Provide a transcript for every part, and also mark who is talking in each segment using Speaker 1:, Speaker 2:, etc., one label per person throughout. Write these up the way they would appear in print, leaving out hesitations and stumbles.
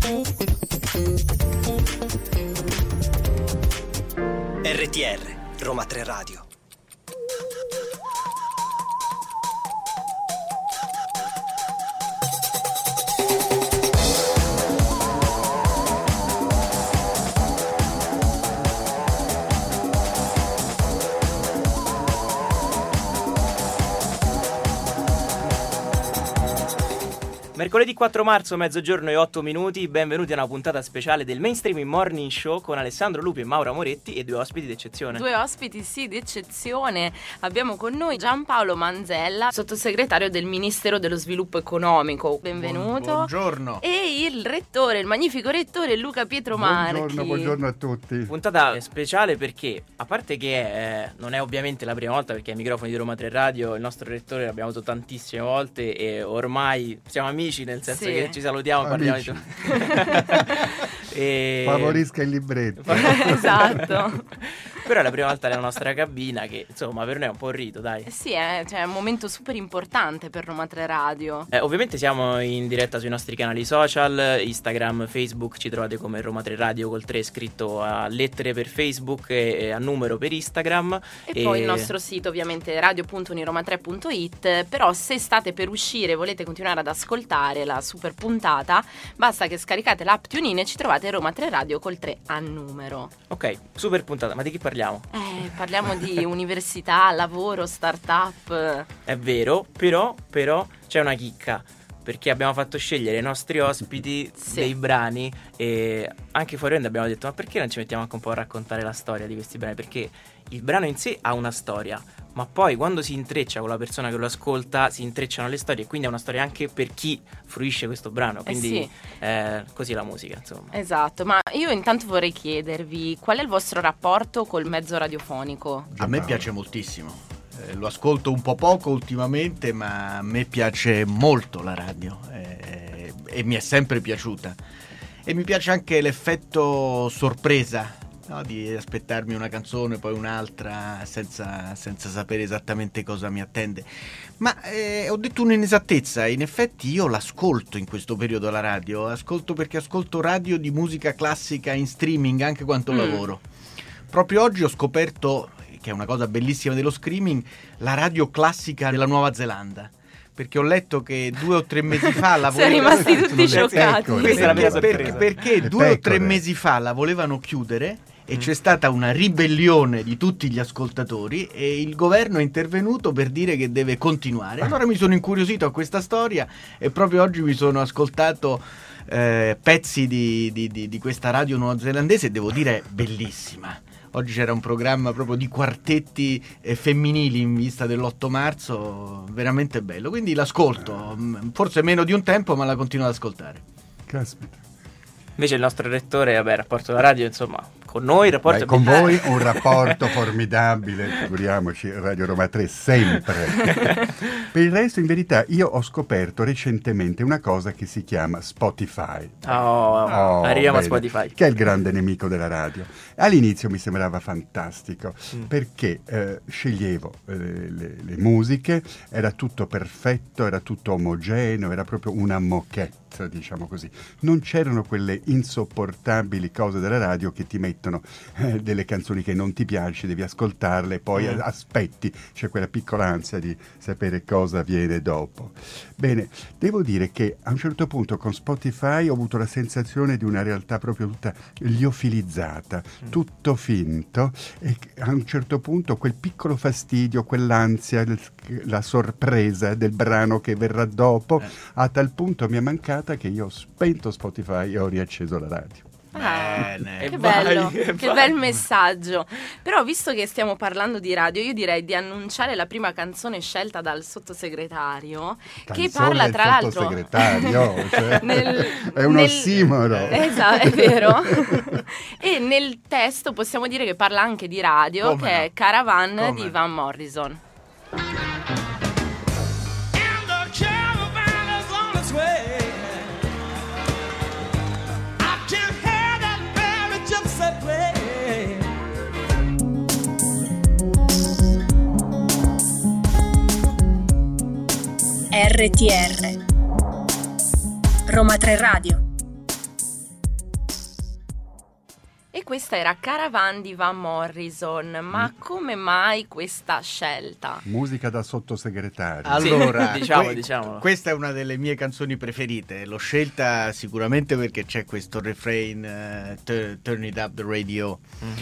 Speaker 1: RTR, Roma 3 Radio.
Speaker 2: Mercoledì 4 marzo, mezzogiorno e 8 minuti, benvenuti a una puntata speciale del Mainstream Morning Show con Alessandro Lupi e Maura Moretti e due ospiti d'eccezione.
Speaker 3: Due ospiti, sì, d'eccezione. Abbiamo con noi Giampaolo Manzella, sottosegretario del Ministero dello Sviluppo Economico. Benvenuto.
Speaker 4: Buongiorno.
Speaker 3: E il rettore, il magnifico rettore Luca Pietro Marchi.
Speaker 5: Buongiorno a tutti.
Speaker 2: Puntata speciale perché, a parte che non è ovviamente la prima volta, perché ai microfoni di Roma 3 Radio il nostro rettore l'abbiamo avuto tantissime volte e ormai siamo amici, nel senso che ci salutiamo e parliamo di
Speaker 5: e... Favorisca il libretto.
Speaker 3: Esatto.
Speaker 2: Però è la prima volta nella nostra cabina, che insomma per noi è un po' un rito, dai.
Speaker 3: Sì, cioè, è un momento super importante per Roma 3 Radio.
Speaker 2: Ovviamente siamo in diretta sui nostri canali social, Instagram, Facebook, ci trovate come Roma 3 Radio col 3 scritto a lettere per Facebook e a numero per Instagram.
Speaker 3: E poi il nostro sito ovviamente radio.uniroma3.it. Però se state per uscire e volete continuare ad ascoltare la super puntata, basta che scaricate l'app TuneIn e ci trovate Roma 3 Radio col 3 a numero.
Speaker 2: Ok, super puntata, ma di chi parliamo?
Speaker 3: Parliamo di università, lavoro, start-up.
Speaker 2: È vero, però c'è una chicca, perché abbiamo fatto scegliere ai nostri ospiti dei brani e anche fuori onda abbiamo detto: ma perché non ci mettiamo anche un po' a raccontare la storia di questi brani? Perché il brano in sé ha una storia, ma poi quando si intreccia con la persona che lo ascolta si intrecciano le storie, e quindi è una storia anche per chi fruisce questo brano, quindi così la musica, insomma.
Speaker 3: Esatto, ma io intanto vorrei chiedervi qual è il vostro rapporto col mezzo radiofonico?
Speaker 4: A me piace moltissimo, lo ascolto un po' poco ultimamente, ma a me piace molto la radio e mi è sempre piaciuta, e mi piace anche l'effetto sorpresa, no? Di aspettarmi una canzone, poi un'altra, senza sapere esattamente cosa mi attende. Ma ho detto un'inesattezza, in effetti io l'ascolto in questo periodo la radio, ascolto perché ascolto radio di musica classica in streaming anche quando lavoro. Proprio oggi ho scoperto, che è una cosa bellissima dello streaming, la radio classica della Nuova Zelanda. Perché ho letto che 2 o 3 mesi fa la
Speaker 3: siamo rimasti tutti scioccati.
Speaker 2: Questa è la mia sorpresa.
Speaker 4: Perché 2 o 3 mesi fa la volevano chiudere e c'è stata una ribellione di tutti gli ascoltatori e il governo è intervenuto per dire che deve continuare. Allora mi sono incuriosito a questa storia e proprio oggi mi sono ascoltato pezzi di questa radio neozelandese e devo dire bellissima. Oggi c'era un programma proprio di quartetti femminili in vista dell'8 marzo, veramente bello. Quindi l'ascolto, forse meno di un tempo, ma la continuo ad ascoltare.
Speaker 5: Caspita.
Speaker 2: Invece il nostro rettore, rapporto alla radio, insomma, con noi, rapporto
Speaker 5: con voi un rapporto formidabile, figuriamoci, Radio Roma 3 sempre. Per il resto, in verità, io ho scoperto recentemente una cosa che si chiama Spotify.
Speaker 2: Arriviamo a Spotify,
Speaker 5: che è il grande nemico della radio. All'inizio mi sembrava fantastico, perché sceglievo le musiche, era tutto perfetto, era tutto omogeneo, era proprio una moquette, diciamo così. Non c'erano quelle insopportabili cose della radio che ti mettono delle canzoni che non ti piaci, devi ascoltarle, poi aspetti, c'è quella piccola ansia di sapere cosa viene dopo. Bene, devo dire che a un certo punto con Spotify ho avuto la sensazione di una realtà proprio tutta liofilizzata, tutto finto, e a un certo punto quel piccolo fastidio, quell'ansia, la sorpresa del brano che verrà dopo, a tal punto mi è mancata che io ho spento Spotify e ho riacceso la radio.
Speaker 3: Bene. Che bello, che bel messaggio. Però visto che stiamo parlando di radio, io direi di annunciare la prima canzone scelta dal sottosegretario, che parla tra l'altro
Speaker 5: sottosegretario, cioè, è un ossimoro.
Speaker 3: Esatto, è vero. E nel testo possiamo dire che parla anche di radio, che è Caravan di Van Morrison.
Speaker 6: RTR Roma 3 Radio.
Speaker 3: E questa era Caravan di Van Morrison. Ma come mai questa scelta?
Speaker 5: Musica da sottosegretario.
Speaker 4: Allora,
Speaker 2: Sì, diciamolo.
Speaker 4: questa è una delle mie canzoni preferite. L'ho scelta sicuramente perché c'è questo refrain Turn it up the radio.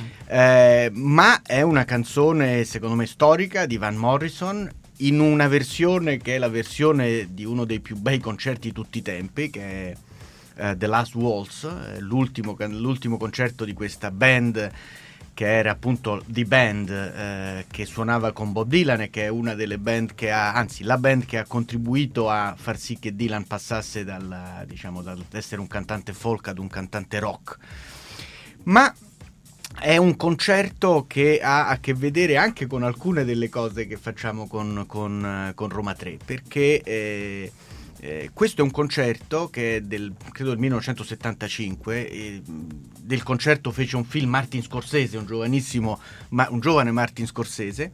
Speaker 4: Ma è una canzone secondo me storica di Van Morrison, in una versione che è la versione di uno dei più bei concerti di tutti i tempi, che è The Last Waltz, l'ultimo concerto di questa band, che era appunto The Band, che suonava con Bob Dylan e che è una delle band la band che ha contribuito a far sì che Dylan passasse dall'essere un cantante folk ad un cantante rock. Ma è un concerto che ha a che vedere anche con alcune delle cose che facciamo con Roma 3, perché questo è un concerto che è credo del 1975. Del concerto fece un film Martin Scorsese, un giovane Martin Scorsese,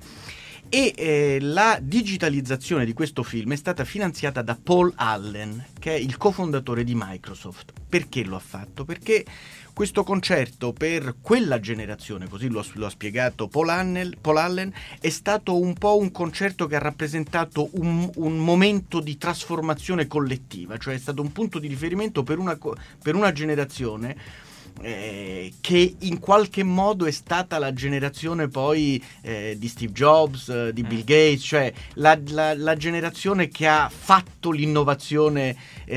Speaker 4: e la digitalizzazione di questo film è stata finanziata da Paul Allen, che è il cofondatore di Microsoft. Perché lo ha fatto? Perché questo concerto per quella generazione, così lo ha spiegato Paul Allen, è stato un po' un concerto che ha rappresentato un momento di trasformazione collettiva, cioè è stato un punto di riferimento per una generazione che in qualche modo è stata la generazione poi di Steve Jobs, di Bill Gates, cioè la generazione che ha fatto l'innovazione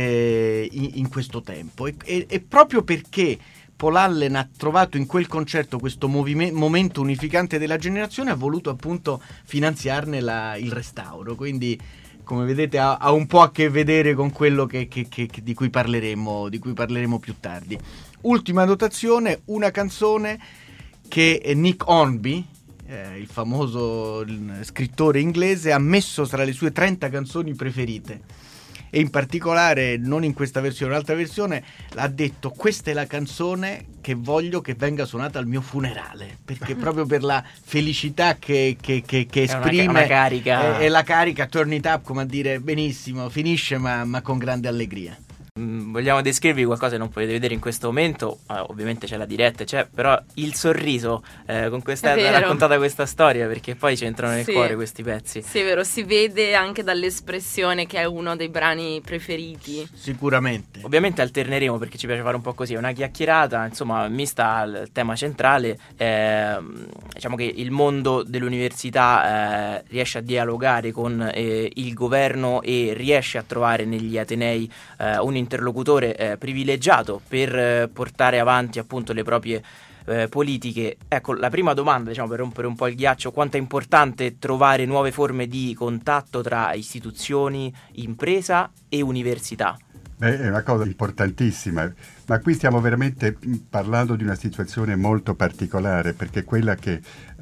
Speaker 4: in questo tempo, e proprio perché Paul Allen ha trovato in quel concerto questo momento unificante della generazione, ha voluto appunto finanziarne il restauro. Quindi, come vedete, ha un po' a che vedere con quello di cui parleremo più tardi. Ultima notazione, una canzone che Nick Hornby, il famoso scrittore inglese, ha messo tra le sue 30 canzoni preferite. E in particolare, non in questa versione, un'altra versione, ha detto: questa è la canzone che voglio che venga suonata al mio funerale, perché proprio per la felicità che esprime,
Speaker 2: una carica.
Speaker 4: È la carica, turn it up, come a dire benissimo, finisce ma con grande allegria.
Speaker 2: Vogliamo descrivervi qualcosa che non potete vedere in questo momento, ovviamente c'è la diretta, però il sorriso con cui è stata raccontata questa storia, perché poi ci entrano nel cuore questi pezzi.
Speaker 3: Sì, è vero, si vede anche dall'espressione che è uno dei brani preferiti.
Speaker 4: Sicuramente.
Speaker 2: Ovviamente alterneremo, perché ci piace fare un po' così, una chiacchierata, insomma, mista al tema centrale. Diciamo che il mondo dell'università riesce a dialogare con il governo e riesce a trovare negli atenei un interlocutore privilegiato per portare avanti appunto le proprie politiche. Ecco, la prima domanda, diciamo, per rompere un po' il ghiaccio: quanto è importante trovare nuove forme di contatto tra istituzioni, impresa e università?
Speaker 5: È una cosa importantissima, ma qui stiamo veramente parlando di una situazione molto particolare, perché quella che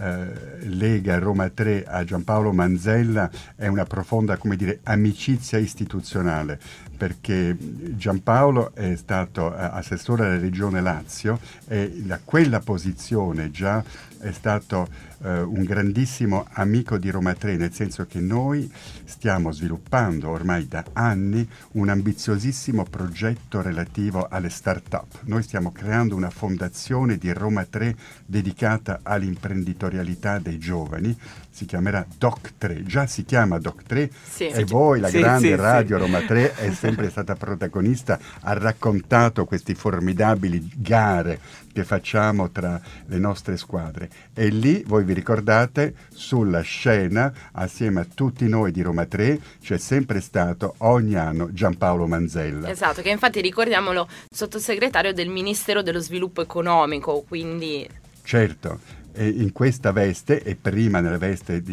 Speaker 5: lega Roma 3 a Giampaolo Manzella è una profonda, come dire, amicizia istituzionale, perché Giampaolo è stato assessore alla Regione Lazio e da quella posizione già è stato un grandissimo amico di Roma 3, nel senso che noi stiamo sviluppando ormai da anni un ambiziosissimo progetto relativo alle start-up. Noi stiamo creando una fondazione di Roma 3 dedicata all'imprenditorialità dei giovani, si chiamerà Doc 3, già si chiama Doc 3,
Speaker 3: sì.
Speaker 5: E voi, la grande radio
Speaker 2: sì.
Speaker 5: Roma 3, è sempre stata protagonista, ha raccontato questi formidabili gare che facciamo tra le nostre squadre, e lì voi vi ricordate, sulla scena assieme a tutti noi di Roma 3 c'è sempre stato ogni anno Giampaolo Manzella.
Speaker 3: Esatto, che infatti, ricordiamolo, sottosegretario del Ministero dello Sviluppo Economico, quindi...
Speaker 5: Certo, e in questa veste, e prima nella veste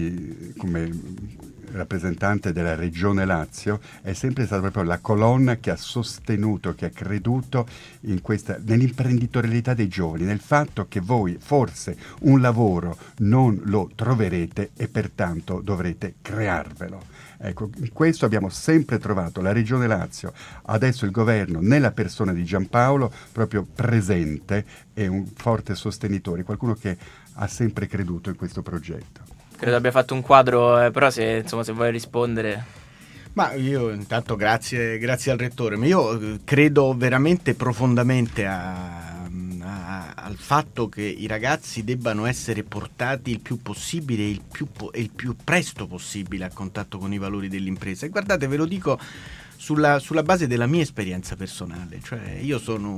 Speaker 5: come rappresentante della Regione Lazio, è sempre stata proprio la colonna che ha sostenuto, che ha creduto nell'imprenditorialità dei giovani, nel fatto che voi forse un lavoro non lo troverete e pertanto dovrete crearvelo. Ecco, in questo abbiamo sempre trovato la Regione Lazio, adesso il governo, nella persona di Giampaolo, proprio presente e un forte sostenitore, qualcuno che ha sempre creduto in questo progetto.
Speaker 2: Credo abbia fatto un quadro, però se vuoi rispondere.
Speaker 4: Ma io intanto grazie al rettore, ma io credo veramente profondamente a al fatto che i ragazzi debbano essere portati il più possibile e il più presto possibile a contatto con i valori dell'impresa. E guardate, ve lo dico sulla base della mia esperienza personale, cioè io sono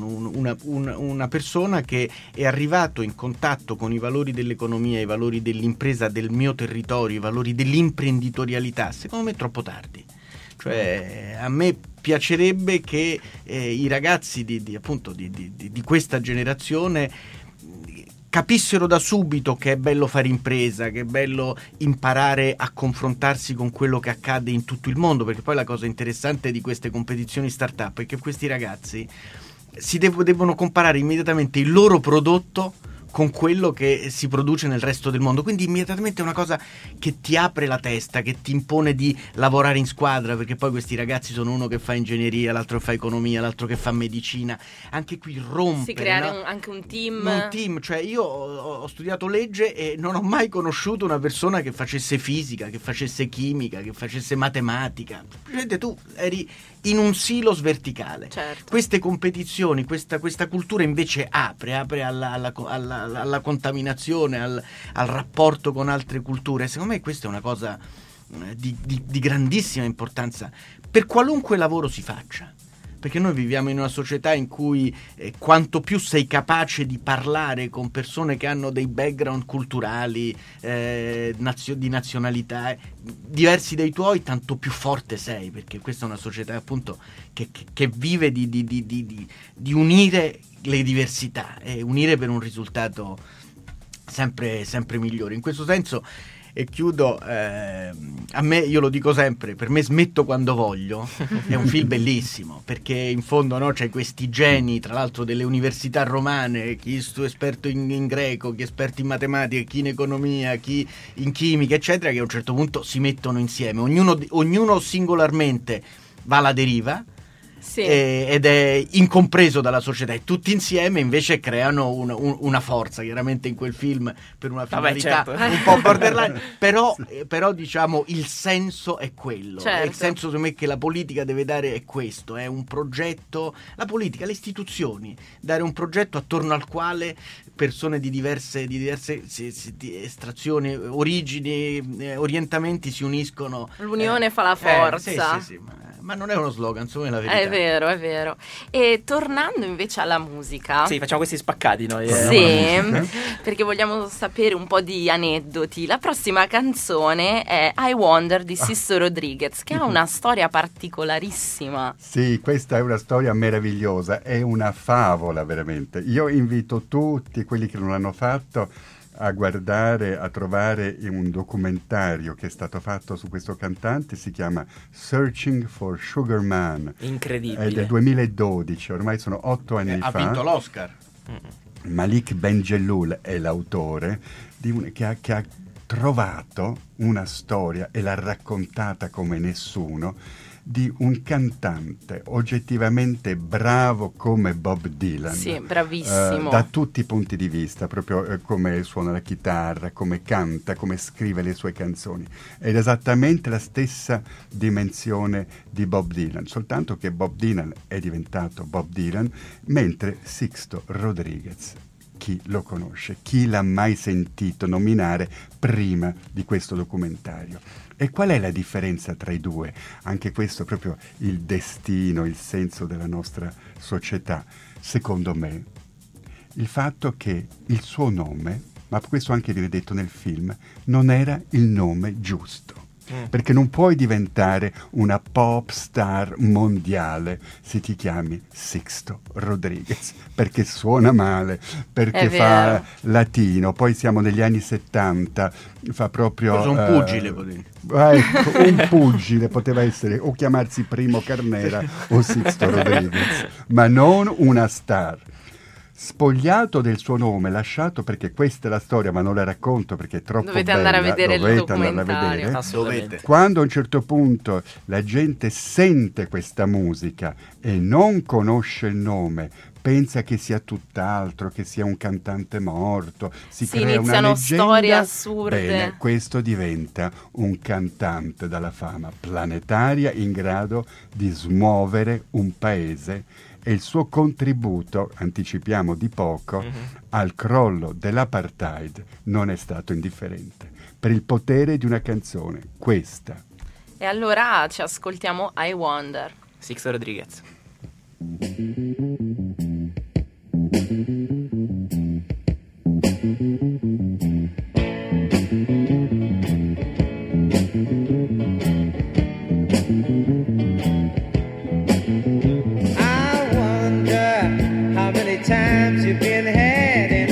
Speaker 4: una persona che è arrivato in contatto con i valori dell'economia, i valori dell'impresa del mio territorio, i valori dell'imprenditorialità, secondo me troppo tardi. Cioè, a me piacerebbe che i ragazzi di questa generazione capissero da subito che è bello fare impresa, che è bello imparare a confrontarsi con quello che accade in tutto il mondo, perché poi la cosa interessante di queste competizioni startup è che questi ragazzi devono comparare immediatamente il loro prodotto con quello che si produce nel resto del mondo, quindi immediatamente è una cosa che ti apre la testa, che ti impone di lavorare in squadra, perché poi questi ragazzi sono uno che fa ingegneria, l'altro che fa economia, l'altro che fa medicina, anche qui rompere,
Speaker 3: si creare anche un team,
Speaker 4: cioè io ho studiato legge e non ho mai conosciuto una persona che facesse fisica, che facesse chimica, che facesse matematica, semplicemente tu eri in un silos verticale.
Speaker 3: Certo.
Speaker 4: Queste competizioni, questa cultura invece apre alla contaminazione, al rapporto con altre culture. Secondo me questa è una cosa di grandissima importanza per qualunque lavoro si faccia, perché noi viviamo in una società in cui quanto più sei capace di parlare con persone che hanno dei background culturali, di nazionalità diversi dai tuoi, tanto più forte sei, perché questa è una società appunto che vive di unire le diversità e unire per un risultato sempre migliore. In questo senso, e chiudo, a me, io lo dico sempre, per me Smetto quando voglio è un film bellissimo, perché in fondo, no, c'è questi geni, tra l'altro delle università romane, chi è esperto in greco, chi è esperto in matematica, chi in economia, chi in chimica, eccetera, che a un certo punto si mettono insieme, ognuno singolarmente va alla deriva. Sì. Ed è incompreso dalla società, e tutti insieme invece creano una forza, chiaramente in quel film per una finalità un po' borderline, però diciamo il senso è quello, il senso secondo me che la politica deve dare è questo, è un progetto, la politica, le istituzioni, dare un progetto attorno al quale persone di diverse estrazioni, origini, orientamenti si uniscono.
Speaker 3: L'unione fa la forza.
Speaker 4: Sì, ma non è uno slogan, insomma, è la verità.
Speaker 3: È vero. E tornando invece alla musica.
Speaker 2: Sì, facciamo questi spaccati noi.
Speaker 3: Sì, perché vogliamo sapere un po' di aneddoti. La prossima canzone è I Wonder di Sisto Rodriguez, che ha una storia particolarissima.
Speaker 5: Sì, questa è una storia meravigliosa, è una favola veramente. Io invito tutti quelli che non l'hanno fatto a guardare, a trovare un documentario che è stato fatto su questo cantante, si chiama Searching for Sugar Man.
Speaker 2: Incredibile.
Speaker 5: È del 2012, ormai sono 8 anni fa.
Speaker 4: Ha vinto l'Oscar.
Speaker 5: Malik Benjelloul è l'autore che ha trovato una storia e l'ha raccontata come nessuno, di un cantante oggettivamente bravo come Bob Dylan.
Speaker 3: Sì, bravissimo.
Speaker 5: Da tutti i punti di vista, proprio come suona la chitarra, come canta, come scrive le sue canzoni. Ed esattamente la stessa dimensione di Bob Dylan, soltanto che Bob Dylan è diventato Bob Dylan, mentre Sixto Rodriguez, chi lo conosce, chi l'ha mai sentito nominare prima di questo documentario? E qual è la differenza tra i due? Anche questo è proprio il destino, il senso della nostra società. Secondo me, il fatto che il suo nome, ma questo anche viene detto nel film, non era il nome giusto. Perché non puoi diventare una pop star mondiale se ti chiami Sixto Rodriguez, perché suona male, perché fa latino. Poi siamo negli anni 70, fa proprio
Speaker 4: un pugile,
Speaker 5: ecco, un pugile poteva essere o chiamarsi Primo Carnera o Sixto Rodriguez, ma non una star. Spogliato del suo nome, lasciato, perché questa è la storia, ma non la racconto perché è troppo
Speaker 3: dovete
Speaker 5: bella.
Speaker 3: Andare a vedere il
Speaker 5: documentario. Andarla a vedere.
Speaker 2: Assolutamente.
Speaker 5: Quando a un certo punto la gente sente questa musica e non conosce il nome, pensa che sia tutt'altro, che sia un cantante morto, si crea una leggenda.
Speaker 3: Storie assurde.
Speaker 5: Bene, questo diventa un cantante dalla fama planetaria in grado di smuovere un paese e il suo contributo, anticipiamo di poco, al crollo dell'apartheid non è stato indifferente. Per il potere di una canzone, questa.
Speaker 3: E allora ci ascoltiamo I Wonder.
Speaker 2: Sixto Rodriguez.
Speaker 1: Times you've been had and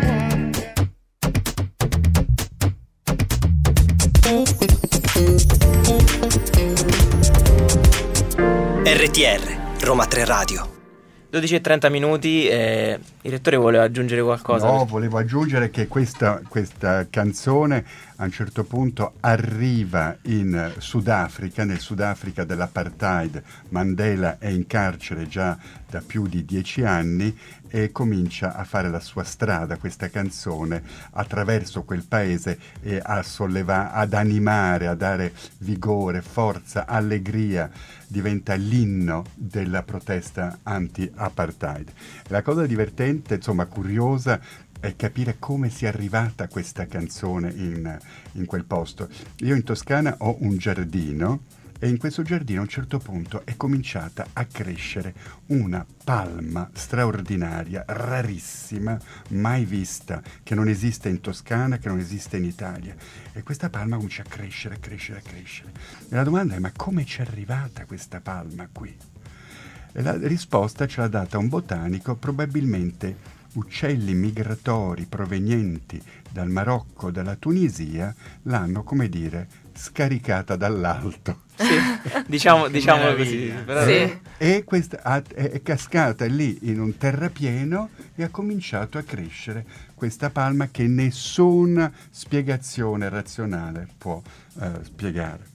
Speaker 6: RTR, Roma 3 Radio.
Speaker 2: 12:30 minuti, il rettore voleva aggiungere qualcosa?
Speaker 5: No, volevo aggiungere che questa canzone a un certo punto arriva in Sudafrica, nel Sudafrica dell'apartheid. Mandela è in carcere già da più di 10 anni e comincia a fare la sua strada, questa canzone, attraverso quel paese e a sollevare, ad animare, a dare vigore, forza, allegria. Diventa l'inno della protesta anti-apartheid. La cosa divertente, insomma curiosa, è capire come sia arrivata questa canzone in quel posto. Io in Toscana ho un giardino e in questo giardino a un certo punto è cominciata a crescere una palma straordinaria, rarissima, mai vista, che non esiste in Toscana, che non esiste in Italia. E questa palma comincia a crescere. E la domanda è: ma come ci è arrivata questa palma qui? E la risposta ce l'ha data un botanico, probabilmente uccelli migratori provenienti dal Marocco, dalla Tunisia, l'hanno, come dire, scaricata dall'alto.
Speaker 2: Sì, diciamo così. Però
Speaker 3: Sì.
Speaker 5: E questa è cascata lì in un terrapieno e ha cominciato a crescere questa palma che nessuna spiegazione razionale può spiegare.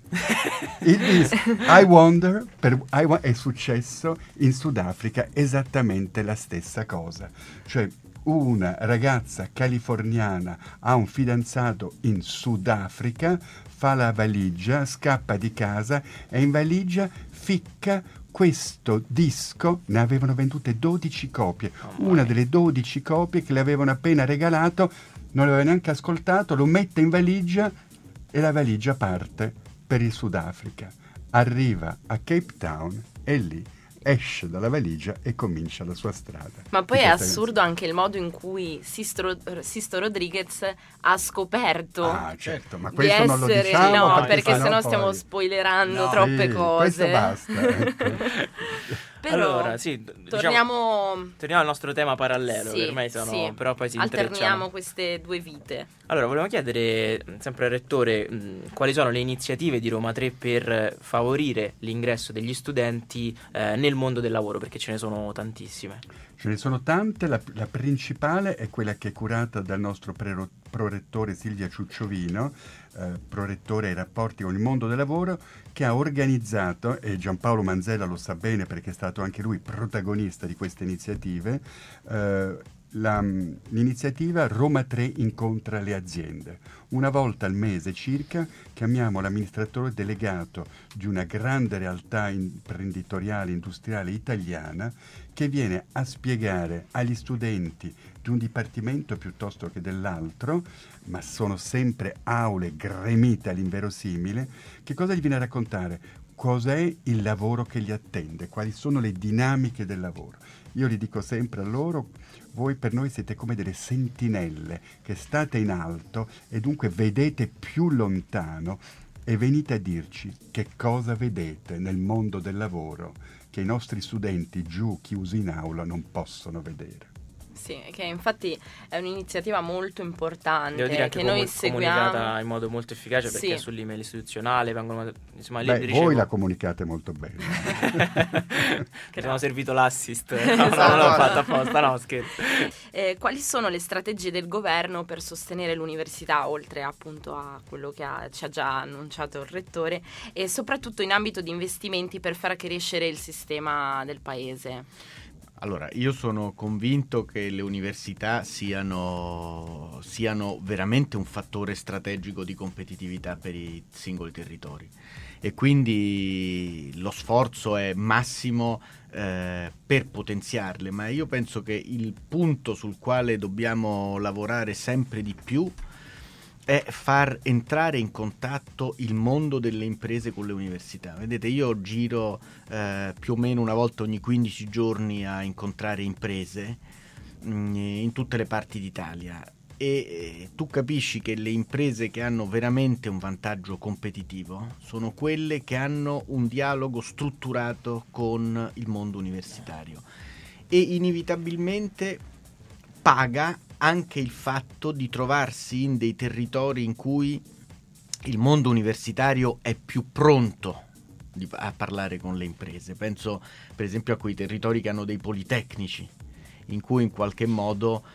Speaker 5: I Wonder è successo in Sudafrica esattamente la stessa cosa, cioè una ragazza californiana ha un fidanzato in Sudafrica, fa la valigia, scappa di casa e in valigia ficca questo disco. Ne avevano vendute 12 copie, una delle 12 copie che le avevano appena regalato, non l'aveva neanche ascoltato, lo mette in valigia e la valigia parte per il Sudafrica, arriva a Cape Town e lì esce dalla valigia e comincia la sua strada.
Speaker 3: Ma poi è assurdo anche il modo in cui Sisto Rodriguez ha scoperto
Speaker 5: certo, ma
Speaker 3: di
Speaker 5: questo non lo
Speaker 3: essere...
Speaker 5: diciamo
Speaker 3: No, perché sennò
Speaker 5: poi...
Speaker 3: stiamo spoilerando troppe
Speaker 5: Sì,
Speaker 3: cose.
Speaker 5: questo basta, ecco.
Speaker 3: Però
Speaker 2: allora, sì,
Speaker 3: torniamo
Speaker 2: al nostro tema parallelo,
Speaker 3: sì,
Speaker 2: che ormai sono,
Speaker 3: sì.
Speaker 2: però poi si
Speaker 3: alterniamo
Speaker 2: intrecciano.
Speaker 3: queste due vite.
Speaker 2: Allora, volevo chiedere sempre al Rettore quali sono le iniziative di Roma 3 per favorire l'ingresso degli studenti nel mondo del lavoro, perché ce ne sono tantissime.
Speaker 5: Ce ne sono tante, la principale è quella che è curata dal nostro prorettore Silvia Ciucciovino, prorettore ai rapporti con il mondo del lavoro, che ha organizzato, e Giampaolo Manzella lo sa bene perché è stato anche lui protagonista di queste iniziative, l'iniziativa Roma 3 incontra le aziende. Una volta al mese circa chiamiamo l'amministratore delegato di una grande realtà imprenditoriale, industriale italiana, che viene a spiegare agli studenti di un dipartimento piuttosto che dell'altro, ma sono sempre aule gremite all'inverosimile, che cosa gli viene a raccontare? Cos'è il lavoro che li attende? Quali sono le dinamiche del lavoro? Io gli dico sempre a loro: voi per noi siete come delle sentinelle che state in alto e dunque vedete più lontano e venite a dirci che cosa vedete nel mondo del lavoro che i nostri studenti giù chiusi in aula non possono vedere.
Speaker 3: Sì, che infatti è un'iniziativa molto importante.
Speaker 2: Devo dire anche
Speaker 3: che noi seguiamo
Speaker 2: comunicata in modo molto efficace, perché
Speaker 3: sì.
Speaker 2: è sull'email istituzionale, vengono, insomma,
Speaker 5: Beh,
Speaker 2: ricevo...
Speaker 5: voi la comunicate molto bene.
Speaker 2: Che abbiamo servito l'assist. No,
Speaker 3: Esatto.
Speaker 2: non l'ho fatto apposta, no, scherzo.
Speaker 3: Quali sono le strategie del governo per sostenere l'università, oltre appunto a quello che ci ha già annunciato il Rettore, e soprattutto in ambito di investimenti per far crescere il sistema del paese?
Speaker 4: Allora, io sono convinto che le università siano veramente un fattore strategico di competitività per i singoli territori e quindi lo sforzo è massimo per potenziarle, ma io penso che il punto sul quale dobbiamo lavorare sempre di più è far entrare in contatto il mondo delle imprese con le università. Vedete, io giro più o meno una volta ogni 15 giorni a incontrare imprese in tutte le parti d'Italia, e tu capisci che le imprese che hanno veramente un vantaggio competitivo sono quelle che hanno un dialogo strutturato con il mondo universitario, e inevitabilmente paga anche il fatto di trovarsi in dei territori in cui il mondo universitario è più pronto a parlare con le imprese. Penso per esempio a quei territori che hanno dei politecnici, in cui in qualche modo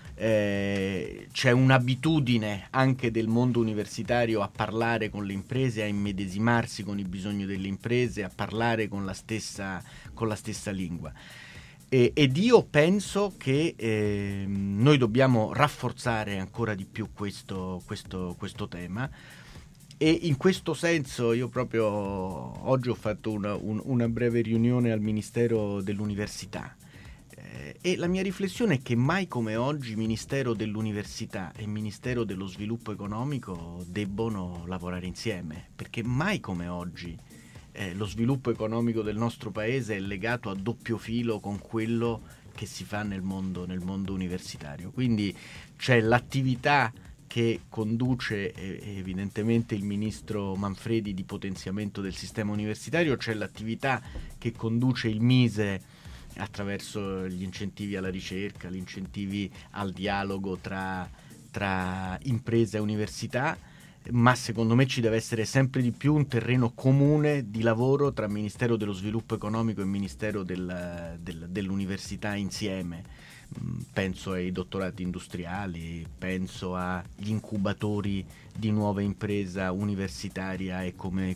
Speaker 4: c'è un'abitudine anche del mondo universitario a parlare con le imprese, a immedesimarsi con i bisogni delle imprese, a parlare con la stessa lingua. Ed io penso che noi dobbiamo rafforzare ancora di più questo tema, e in questo senso io proprio oggi ho fatto una breve riunione al Ministero dell'Università, e la mia riflessione è che mai come oggi Ministero dell'Università e Ministero dello Sviluppo Economico debbono lavorare insieme, perché mai come oggi lo sviluppo economico del nostro paese è legato a doppio filo con quello che si fa nel mondo universitario. Quindi c'è l'attività che conduce evidentemente il ministro Manfredi di potenziamento del sistema universitario, c'è l'attività che conduce il Mise attraverso gli incentivi alla ricerca, gli incentivi al dialogo tra impresa e università, ma secondo me ci deve essere sempre di più un terreno comune di lavoro tra Ministero dello Sviluppo Economico e Ministero dell'Università insieme. Penso ai dottorati industriali, penso agli incubatori di nuova impresa universitaria e come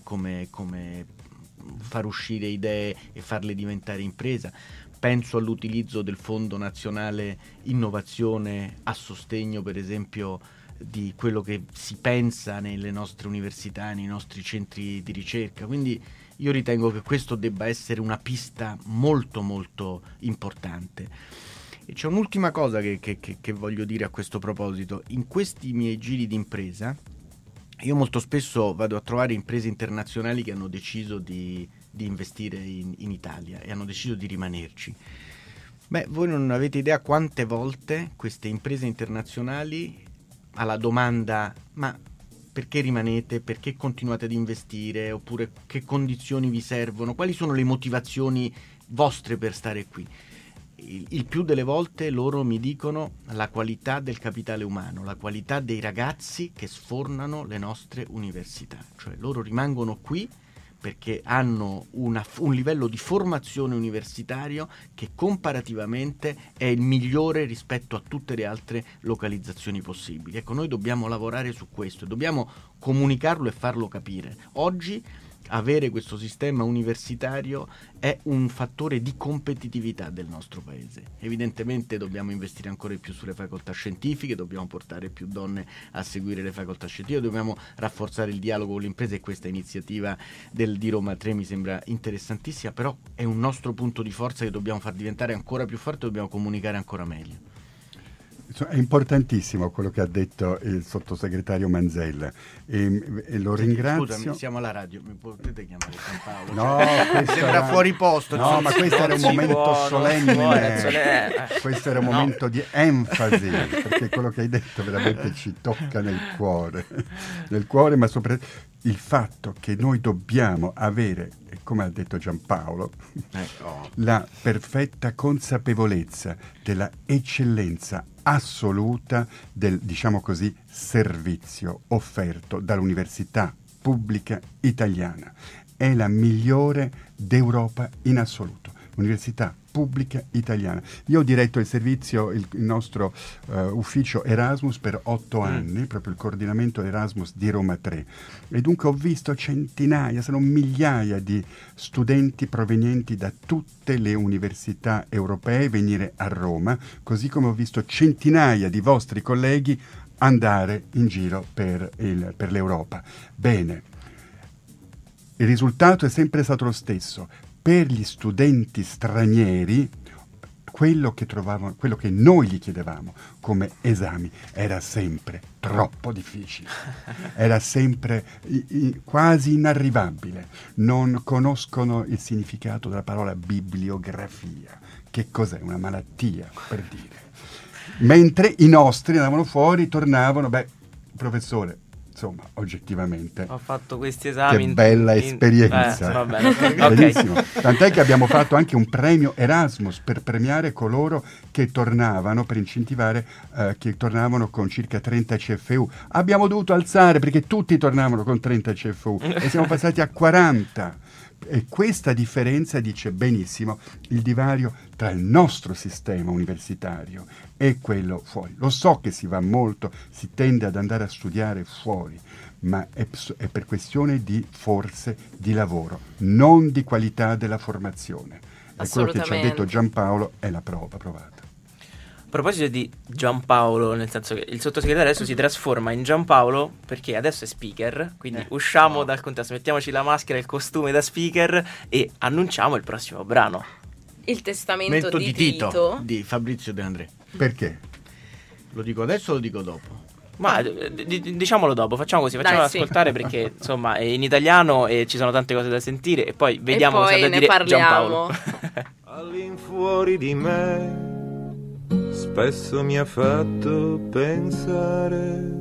Speaker 4: far uscire idee e farle diventare impresa. Penso all'utilizzo del Fondo Nazionale Innovazione a sostegno, per esempio, di quello che si pensa nelle nostre università, nei nostri centri di ricerca. Quindi io ritengo che questo debba essere una pista molto molto importante. E c'è un'ultima cosa che voglio dire a questo proposito. In questi miei giri di impresa io molto spesso vado a trovare imprese internazionali che hanno deciso di investire in Italia e hanno deciso di rimanerci. Beh, voi non avete idea quante volte queste imprese internazionali, alla domanda ma perché rimanete, perché continuate ad investire, oppure che condizioni vi servono, quali sono le motivazioni vostre per stare qui, il più delle volte loro mi dicono la qualità del capitale umano, la qualità dei ragazzi che sfornano le nostre università. Cioè loro rimangono qui perché hanno un livello di formazione universitario che comparativamente è il migliore rispetto a tutte le altre localizzazioni possibili. Ecco, noi dobbiamo lavorare su questo, dobbiamo comunicarlo e farlo capire. Oggi avere questo sistema universitario è un fattore di competitività del nostro paese. Evidentemente dobbiamo investire ancora di più sulle facoltà scientifiche, dobbiamo portare più donne a seguire le facoltà scientifiche, dobbiamo rafforzare il dialogo con le imprese, e questa iniziativa di Roma 3 mi sembra interessantissima, però è un nostro punto di forza che dobbiamo far diventare ancora più forte, dobbiamo comunicare ancora meglio.
Speaker 5: È importantissimo quello che ha detto il sottosegretario Manzella e lo ringrazio.
Speaker 4: Scusami, siamo alla radio, mi potete chiamare Giampaolo?
Speaker 5: No,
Speaker 4: sembra fuori posto.
Speaker 5: No, ma questo era un momento solenne. Questo era un momento di enfasi, perché quello che hai detto veramente ci tocca nel cuore, ma soprattutto il fatto che noi dobbiamo avere, come ha detto Giampaolo, la perfetta consapevolezza della eccellenza assoluta del, diciamo così, servizio offerto dall'università pubblica italiana. È la migliore d'Europa in assoluto. Università pubblica italiana. Io ho diretto il servizio, il nostro ufficio Erasmus per 8 anni, proprio il coordinamento Erasmus di Roma 3, e dunque ho visto centinaia, se non migliaia di studenti provenienti da tutte le università europee venire a Roma, così come ho visto centinaia di vostri colleghi andare in giro per l'Europa. Bene. il risultato è sempre stato lo stesso. Per gli studenti stranieri, quello che noi gli chiedevamo come esami era sempre troppo difficile, era sempre quasi inarrivabile. Non conoscono il significato della parola bibliografia. Che cos'è? Una malattia, per dire. Mentre i nostri andavano fuori, tornavano, professore, insomma, oggettivamente.
Speaker 2: Ho fatto questi esami.
Speaker 5: Che bella esperienza.
Speaker 2: Va bene, ok.
Speaker 5: Bellissimo. Tant'è che abbiamo fatto anche un premio Erasmus per premiare coloro che tornavano, per incentivare, che tornavano con circa 30 CFU. Abbiamo dovuto alzare perché tutti tornavano con 30 CFU e siamo passati a 40. E questa differenza dice benissimo il divario tra il nostro sistema universitario e quello fuori. Lo so che si va molto, si tende ad andare a studiare fuori, ma è per questione forse di lavoro, non di qualità della formazione. E quello che ci ha detto Giampaolo è la prova provata.
Speaker 2: A proposito di Giampaolo, nel senso che il sottosegretario adesso si trasforma in Giampaolo perché adesso è speaker, quindi usciamo dal contesto, mettiamoci la maschera e il costume da speaker e annunciamo il prossimo brano.
Speaker 3: Il testamento di Tito
Speaker 4: di Fabrizio De André.
Speaker 5: Perché?
Speaker 4: Lo dico adesso o lo dico dopo?
Speaker 2: Ma diciamolo dopo, facciamo così, facciamolo ascoltare perché insomma è in italiano e ci sono tante cose da sentire e poi vediamo cosa ha da dire Giampaolo.
Speaker 1: All'infuori di me spesso mi ha fatto pensare,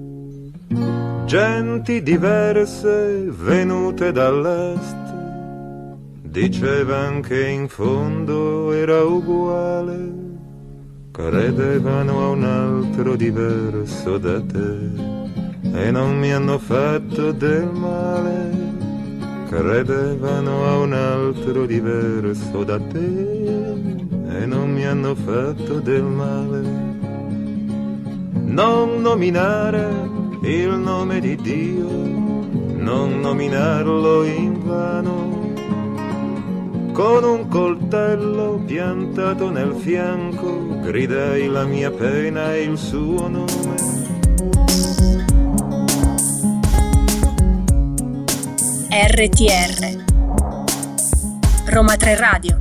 Speaker 1: genti diverse venute dall'est, dicevan che in fondo era uguale, credevano a un altro diverso da te e non mi hanno fatto del male, credevano a un altro diverso da te e non mi hanno fatto del male. Non nominare il nome di Dio, non nominarlo in vano, con un coltello piantato nel fianco gridai la mia pena e il suo nome.
Speaker 6: RTR Roma 3 Radio.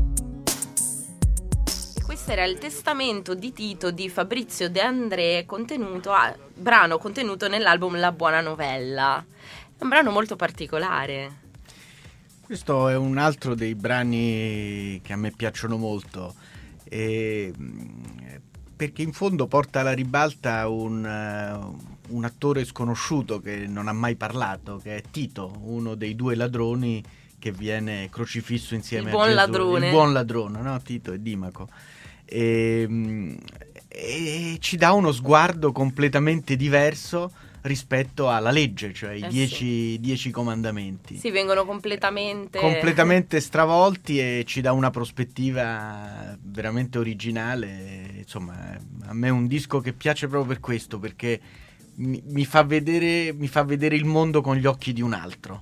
Speaker 3: Questo era il testamento di Tito di Fabrizio De André, brano contenuto nell'album La Buona Novella. È un brano molto particolare.
Speaker 4: Questo è un altro dei brani che a me piacciono molto, perché in fondo porta alla ribalta un attore sconosciuto che non ha mai parlato, che è Tito, uno dei due ladroni che viene crocifisso insieme a Gesù. Il buon ladrone, no? Tito e Dimaco. E ci dà uno sguardo completamente diverso rispetto alla legge, cioè i 10 comandamenti.
Speaker 3: Sì, vengono completamente
Speaker 4: stravolti e ci dà una prospettiva veramente originale. Insomma, a me è un disco che piace proprio per questo, perché mi fa vedere il mondo con gli occhi di un altro.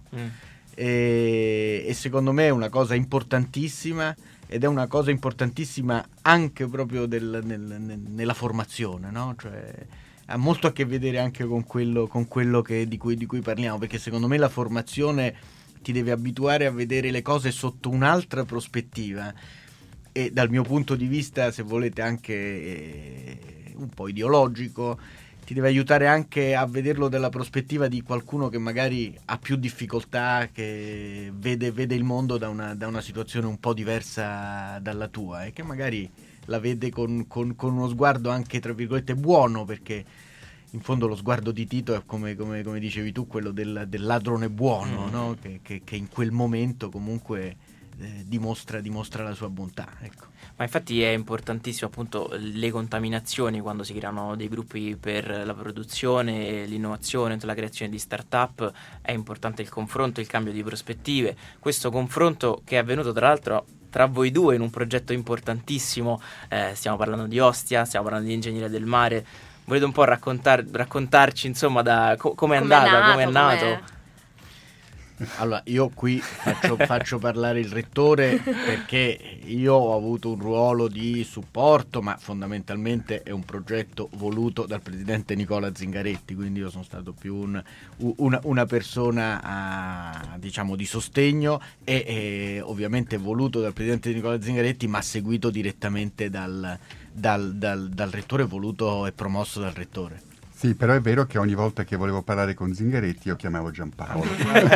Speaker 4: E secondo me è una cosa importantissima, ed è una cosa importantissima anche proprio nella formazione, no? Cioè, ha molto a che vedere anche con quello di cui parliamo, perché secondo me la formazione ti deve abituare a vedere le cose sotto un'altra prospettiva e, dal mio punto di vista, se volete anche un po' ideologico, ti deve aiutare anche a vederlo dalla prospettiva di qualcuno che magari ha più difficoltà, che vede il mondo da una situazione un po' diversa dalla tua e che magari la vede con uno sguardo anche, tra virgolette, buono, perché in fondo lo sguardo di Tito è come dicevi tu, quello del ladrone buono, no? Che in quel momento comunque dimostra la sua bontà, ecco.
Speaker 2: Ma infatti è importantissimo appunto le contaminazioni quando si creano dei gruppi per la produzione, l'innovazione, la creazione di start-up. È importante il confronto, il cambio di prospettive. Questo confronto che è avvenuto tra l'altro tra voi due in un progetto importantissimo, stiamo parlando di Ostia, stiamo parlando di Ingegneria del Mare. Volete un po' raccontarci insomma come è andata, come è nato?
Speaker 4: Allora, io qui faccio parlare il rettore, perché io ho avuto un ruolo di supporto, ma fondamentalmente è un progetto voluto dal presidente Nicola Zingaretti, quindi io sono stato più una persona diciamo di sostegno e ovviamente voluto dal presidente Nicola Zingaretti, ma seguito direttamente dal rettore, voluto e promosso dal rettore.
Speaker 5: Sì, però è vero che ogni volta che volevo parlare con Zingaretti io chiamavo Giampaolo.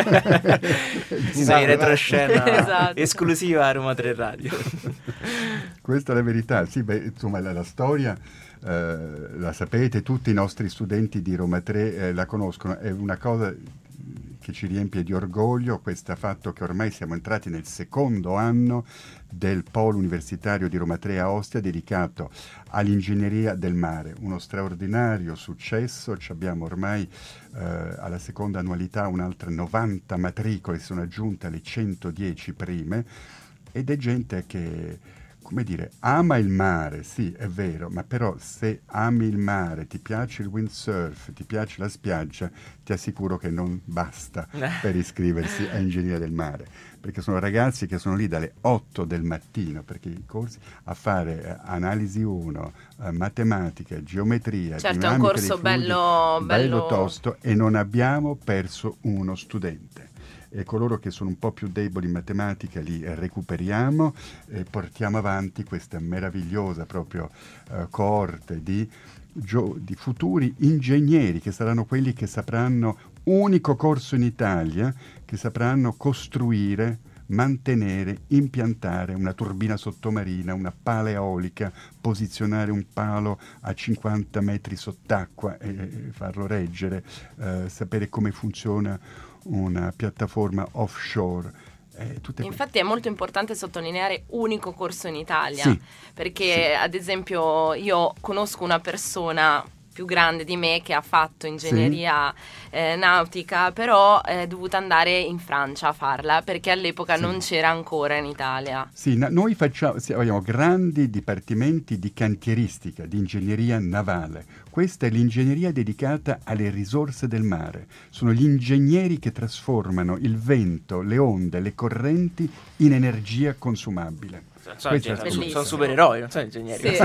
Speaker 2: Sei retroscena
Speaker 3: Esatto.
Speaker 2: esclusiva a Roma 3 Radio.
Speaker 5: Questa è la verità. Sì, insomma, la storia la sapete, tutti i nostri studenti di Roma 3 la conoscono. È una cosa che ci riempie di orgoglio, questo fatto che ormai siamo entrati nel secondo anno del Polo Universitario di Roma 3 a Ostia dedicato all'ingegneria del mare, uno straordinario successo. Ci abbiamo ormai alla seconda annualità un'altra 90 matricole, sono aggiunte alle 110 prime, ed è gente che, come dire, ama il mare, sì, è vero, ma però se ami il mare, ti piace il windsurf, ti piace la spiaggia, ti assicuro che non basta per iscriversi a ingegneria del mare, perché sono ragazzi che sono lì dalle 8 del mattino, perché i corsi a fare analisi 1, matematica, geometria,
Speaker 3: certo, è un
Speaker 5: dinamica
Speaker 3: corso
Speaker 5: dei fluidi, bello tosto, e non abbiamo perso uno studente. E coloro che sono un po' più deboli in matematica li recuperiamo e portiamo avanti questa meravigliosa proprio coorte di futuri ingegneri, che saranno quelli che sapranno, unico corso in Italia, che sapranno costruire, mantenere, impiantare una turbina sottomarina, una pala eolica, posizionare un palo a 50 metri sott'acqua e farlo reggere, sapere come funziona una piattaforma offshore.
Speaker 3: Infatti è molto importante sottolineare unico corso in Italia,
Speaker 5: sì,
Speaker 3: perché ad esempio io conosco una persona più grande di me che ha fatto ingegneria nautica, però è dovuta andare in Francia a farla perché all'epoca non c'era ancora in Italia.
Speaker 5: Sì, noi abbiamo grandi dipartimenti di cantieristica, di ingegneria navale. Questa è l'ingegneria dedicata alle risorse del mare. Sono gli ingegneri che trasformano il vento, le onde, le correnti in energia consumabile.
Speaker 2: Sono supereroi, non sono ingegneri.
Speaker 3: Sì.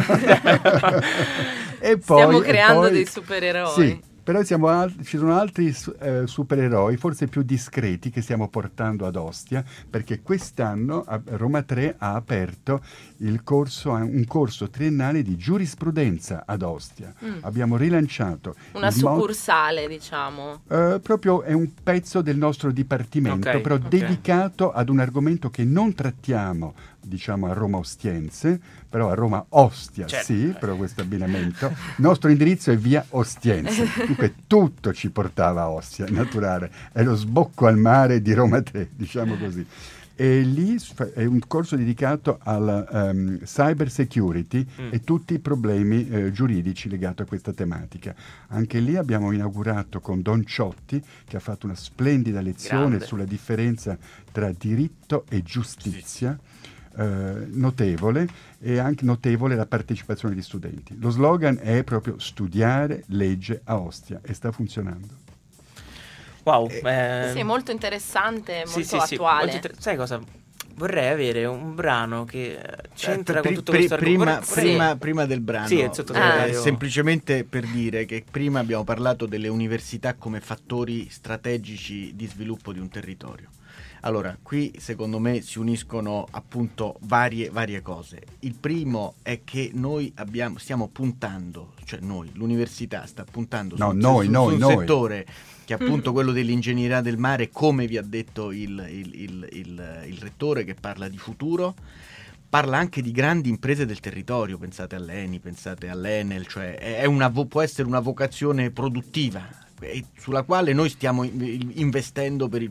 Speaker 5: E poi,
Speaker 3: stiamo creando dei supereroi.
Speaker 5: Sì, però ci sono altri supereroi, forse più discreti, che stiamo portando ad Ostia, perché quest'anno Roma 3 ha aperto un corso triennale di giurisprudenza ad Ostia. Abbiamo rilanciato
Speaker 3: una succursale, diciamo.
Speaker 5: Proprio è un pezzo del nostro dipartimento, però dedicato ad un argomento che non trattiamo, diciamo, a Roma Ostiense, però a Roma Ostia, certo. Sì, però questo abbinamento. Il nostro indirizzo è via Ostiense, dunque tutto ci portava a Ostia, naturale, è lo sbocco al mare di Roma 3, diciamo così. E lì è un corso dedicato alla cyber security e tutti i problemi giuridici legati a questa tematica. Anche lì abbiamo inaugurato con Don Ciotti, che ha fatto una splendida lezione sulla differenza tra diritto e giustizia. Notevole, e anche notevole la partecipazione di studenti. Lo slogan è proprio studiare legge a Ostia, e sta funzionando.
Speaker 2: Wow,
Speaker 3: sì, molto interessante, molto attuale.
Speaker 2: Sai cosa? Vorrei avere un brano che c'entra con tutto questo argomento.
Speaker 4: Prima del brano, semplicemente per dire che prima abbiamo parlato delle università come fattori strategici di sviluppo di un territorio. Allora, qui secondo me si uniscono appunto varie cose. Il primo è che noi stiamo puntando, cioè l'università sta puntando su un settore che è appunto quello dell'ingegneria del mare, come vi ha detto il rettore, che parla di futuro. Parla anche di grandi imprese del territorio, pensate all'ENI, pensate all'Enel, cioè può essere una vocazione produttiva sulla quale noi stiamo investendo per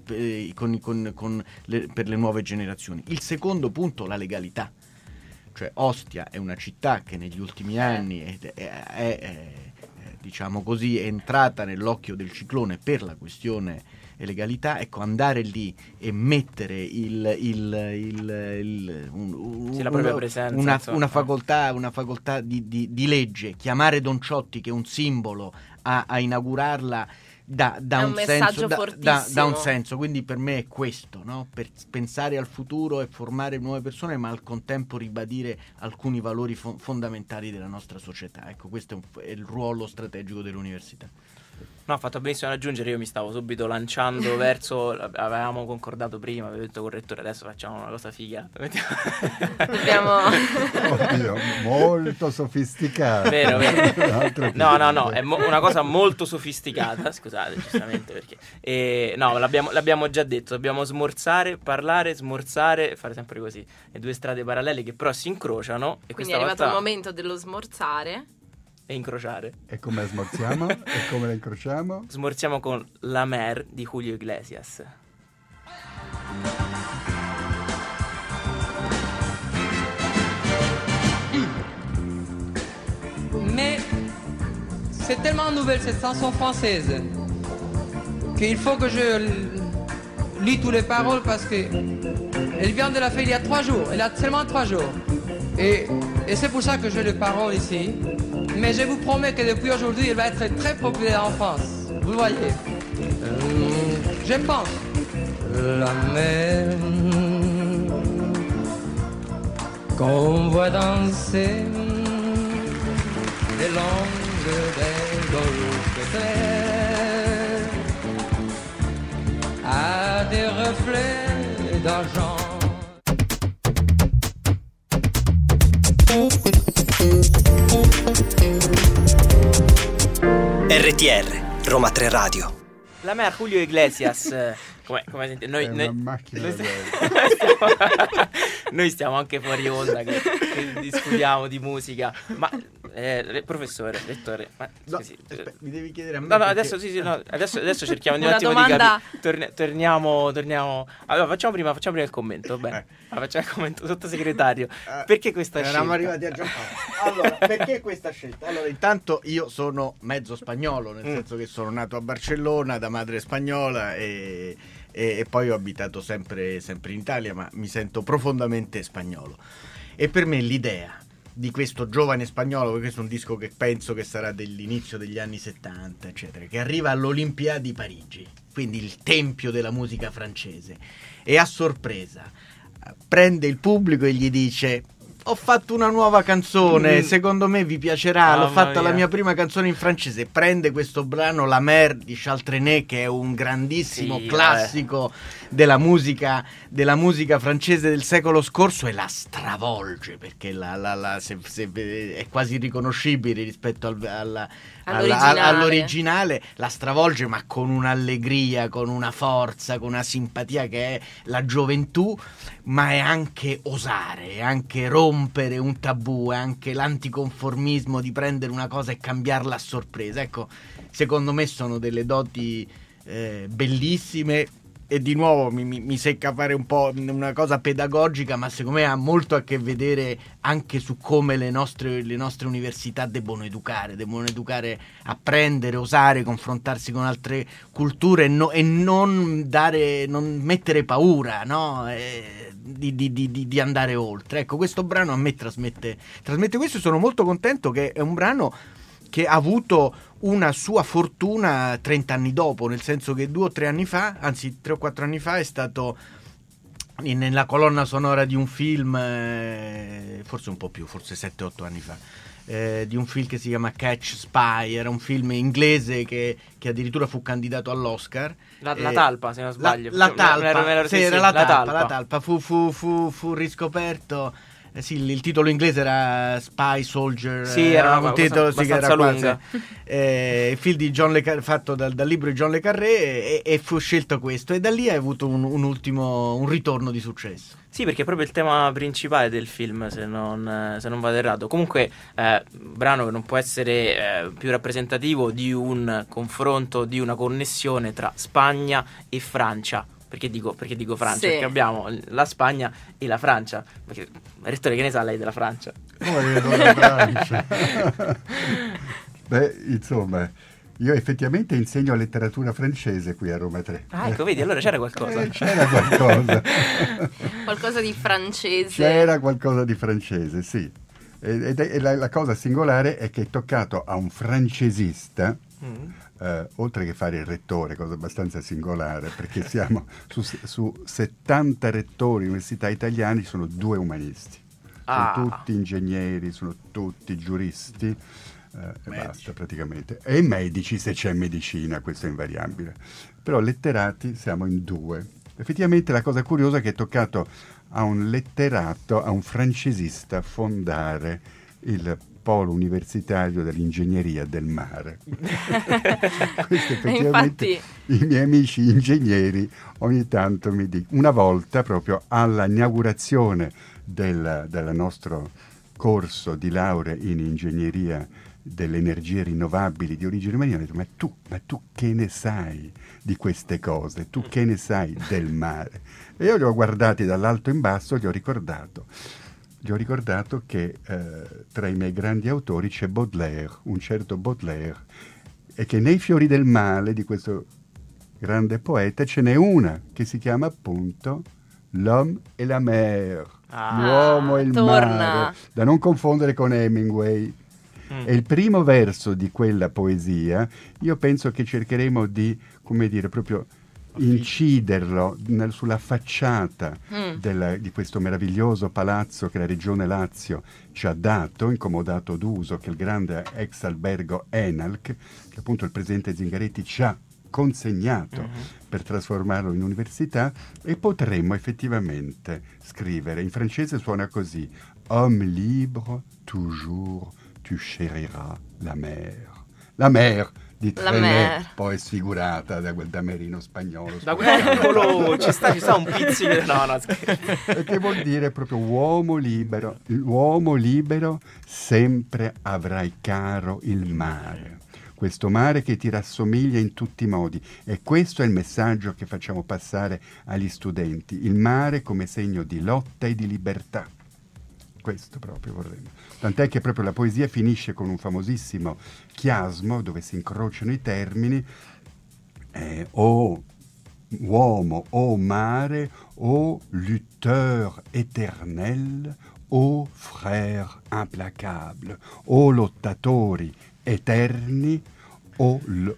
Speaker 4: le nuove generazioni. Il secondo punto, la legalità. Cioè Ostia è una città che negli ultimi anni è diciamo così, è entrata nell'occhio del ciclone per la questione legalità. Ecco, andare lì e mettere
Speaker 2: la propria presenza,
Speaker 4: una facoltà di legge, chiamare Don Ciotti, che è un simbolo, a inaugurarla, dà
Speaker 3: È un messaggio fortissimo.
Speaker 4: dà un senso, quindi per me è questo, no? Per pensare al futuro e formare nuove persone, ma al contempo ribadire alcuni valori fondamentali della nostra società. Ecco, questo è il ruolo strategico dell'università.
Speaker 2: No, ha fatto benissimo ad aggiungere, io mi stavo subito lanciando verso, avevamo concordato prima, avevo detto correttore, adesso facciamo una cosa figa.
Speaker 3: Dobbiamo...
Speaker 5: Oddio, molto sofisticata.
Speaker 2: Vero. No, è
Speaker 5: è
Speaker 2: una cosa molto sofisticata, scusate, giustamente perché... no, l'abbiamo già detto, dobbiamo smorzare, parlare, smorzare, fare sempre così. Le due strade parallele che però si incrociano. E
Speaker 3: Quindi
Speaker 2: questa
Speaker 3: è arrivato
Speaker 2: volta...
Speaker 3: il momento dello smorzare.
Speaker 2: E incrociare.
Speaker 5: E come smorziamo? E come la incrociamo?
Speaker 2: Smorziamo con La Mer di Julio Iglesias.
Speaker 7: Mais c'est tellement nouvelle cette chanson française qu'il faut que je lis toutes les paroles parce que elle vient de la faire il y a 3 jours. Elle a seulement 3 jours. Et c'est pour ça que j'ai les paroles ici. Mais je vous promets que depuis aujourd'hui, elle va être très populaire en France. Vous voyez. Je pense. La mer qu'on voit danser les longues des golfes clairs a des reflets d'argent.
Speaker 8: RTR, Roma 3 Radio.
Speaker 2: La Mer, Julio Iglesias. Come senti? Noi stiamo anche fuori onda che discutiamo di musica. Ma professore, lettore, ma scusi,
Speaker 4: mi devi chiedere a me.
Speaker 2: No,
Speaker 4: perché...
Speaker 2: adesso sì, no, adesso cerchiamo di un
Speaker 3: Una
Speaker 2: attimo
Speaker 3: domanda...
Speaker 2: di capire. Torniamo. Allora, facciamo prima il commento, bene. Facciamo il commento, sottosegretario. Perché questa scelta?
Speaker 4: Eravamo arrivati a Giampaolo. Allora, perché questa scelta? Allora, intanto io sono mezzo spagnolo, nel senso che sono nato a Barcellona da madre spagnola e poi ho abitato sempre in Italia, ma mi sento profondamente spagnolo. E per me l'idea di questo giovane spagnolo, perché questo è un disco che penso che sarà dell'inizio degli anni 70, eccetera, che arriva all'Olimpiade di Parigi, quindi il tempio della musica francese, e a sorpresa prende il pubblico e gli dice: ho fatto una nuova canzone, secondo me vi piacerà, l'ho fatta la mia prima canzone in francese. Prende questo brano La Mer di Charles Trenet, che è un grandissimo classico della musica francese del secolo scorso, e la stravolge, perché è quasi riconoscibile rispetto all'originale, la stravolge, ma con un'allegria, con una forza, con una simpatia che è la gioventù, ma è anche osare, è anche rompere un tabù, è anche l'anticonformismo di prendere una cosa e cambiarla a sorpresa. Ecco, secondo me sono delle doti bellissime. E di nuovo mi secca fare un po' una cosa pedagogica, ma secondo me ha molto a che vedere anche su come le nostre università debbono educare a prendere, osare, confrontarsi con altre culture e non mettere paura, no? Di andare oltre. Ecco, questo brano a me trasmette questo, e sono molto contento che è un brano che ha avuto una sua fortuna 30 anni dopo, nel senso che 2 o 3 anni fa, anzi 3 o 4 anni fa, è stato nella colonna sonora di un film, forse un po' più, forse 7-8 anni fa, di un film che si chiama Catch Spy. Era un film inglese che addirittura fu candidato all'Oscar.
Speaker 2: La talpa, se non sbaglio.
Speaker 4: La talpa fu riscoperto. Sì, il titolo inglese era Spy Soldier.
Speaker 2: Sì, era un titolo
Speaker 4: abbastanza
Speaker 2: lunga.
Speaker 4: Il film di John le Carré, fatto dal libro di John le Carré, e fu scelto questo, e da lì ha avuto un ritorno di successo.
Speaker 2: Sì, perché è proprio il tema principale del film, se non vado errato. Comunque, brano che non può essere più rappresentativo di un confronto, di una connessione tra Spagna e Francia. Perché dico Francia?
Speaker 3: Sì.
Speaker 2: Perché abbiamo la Spagna e la Francia. Perché, rettore, che ne sa lei della Francia?
Speaker 5: Come della Francia? Beh, insomma, io effettivamente insegno letteratura francese qui a Roma 3.
Speaker 2: Ah, ecco, vedi, allora c'era qualcosa.
Speaker 5: C'era qualcosa.
Speaker 3: Qualcosa di francese.
Speaker 5: C'era qualcosa di francese, sì. E la cosa singolare è che è toccato a un francesista oltre che fare il rettore, cosa abbastanza singolare, perché siamo su 70 rettori università italiani, ci sono 2 umanisti. Sono tutti ingegneri, sono tutti giuristi, e basta praticamente. E medici se c'è medicina, questo è invariabile. Però letterati siamo in 2. Effettivamente la cosa curiosa è che è toccato a un letterato, a un francesista, fondare il polo universitario dell'ingegneria del mare. Questo effettivamente i miei amici ingegneri ogni tanto mi dicono. Una volta proprio all'inaugurazione del nostro corso di laurea in ingegneria delle energie rinnovabili di origine marina, ho detto ma tu che ne sai di queste cose? Tu che ne sai del mare? E io li ho guardati dall'alto in basso, gli ho ricordato che tra i miei grandi autori c'è Baudelaire, un certo Baudelaire, e che nei Fiori del male di questo grande poeta ce n'è una che si chiama appunto L'homme et la mer, l'uomo e il mare, da non confondere con Hemingway. E il primo verso di quella poesia, io penso che cercheremo di, come dire, proprio inciderlo sulla facciata di questo meraviglioso palazzo che la regione Lazio ci ha dato, incomodato d'uso, che è il grande ex albergo Enalc, che appunto il presidente Zingaretti ci ha consegnato per trasformarlo in università, e potremmo effettivamente scrivere. In francese suona così: homme libre, toujours tu chériras la mer. La mer di Trenet, poi sfigurata da Merino spagnolo.
Speaker 2: Eccolo, ci sta un pizzico. No,
Speaker 5: che vuol dire proprio uomo libero. L'uomo libero sempre avrai caro il mare. Questo mare che ti rassomiglia in tutti i modi. E questo è il messaggio che facciamo passare agli studenti. Il mare come segno di lotta e di libertà. Questo proprio vorremmo. Tant'è che proprio la poesia finisce con un famosissimo chiasmo dove si incrociano i termini o uomo, o mare, o lutteur éternel, o frère implacable, o lottatori eterni, o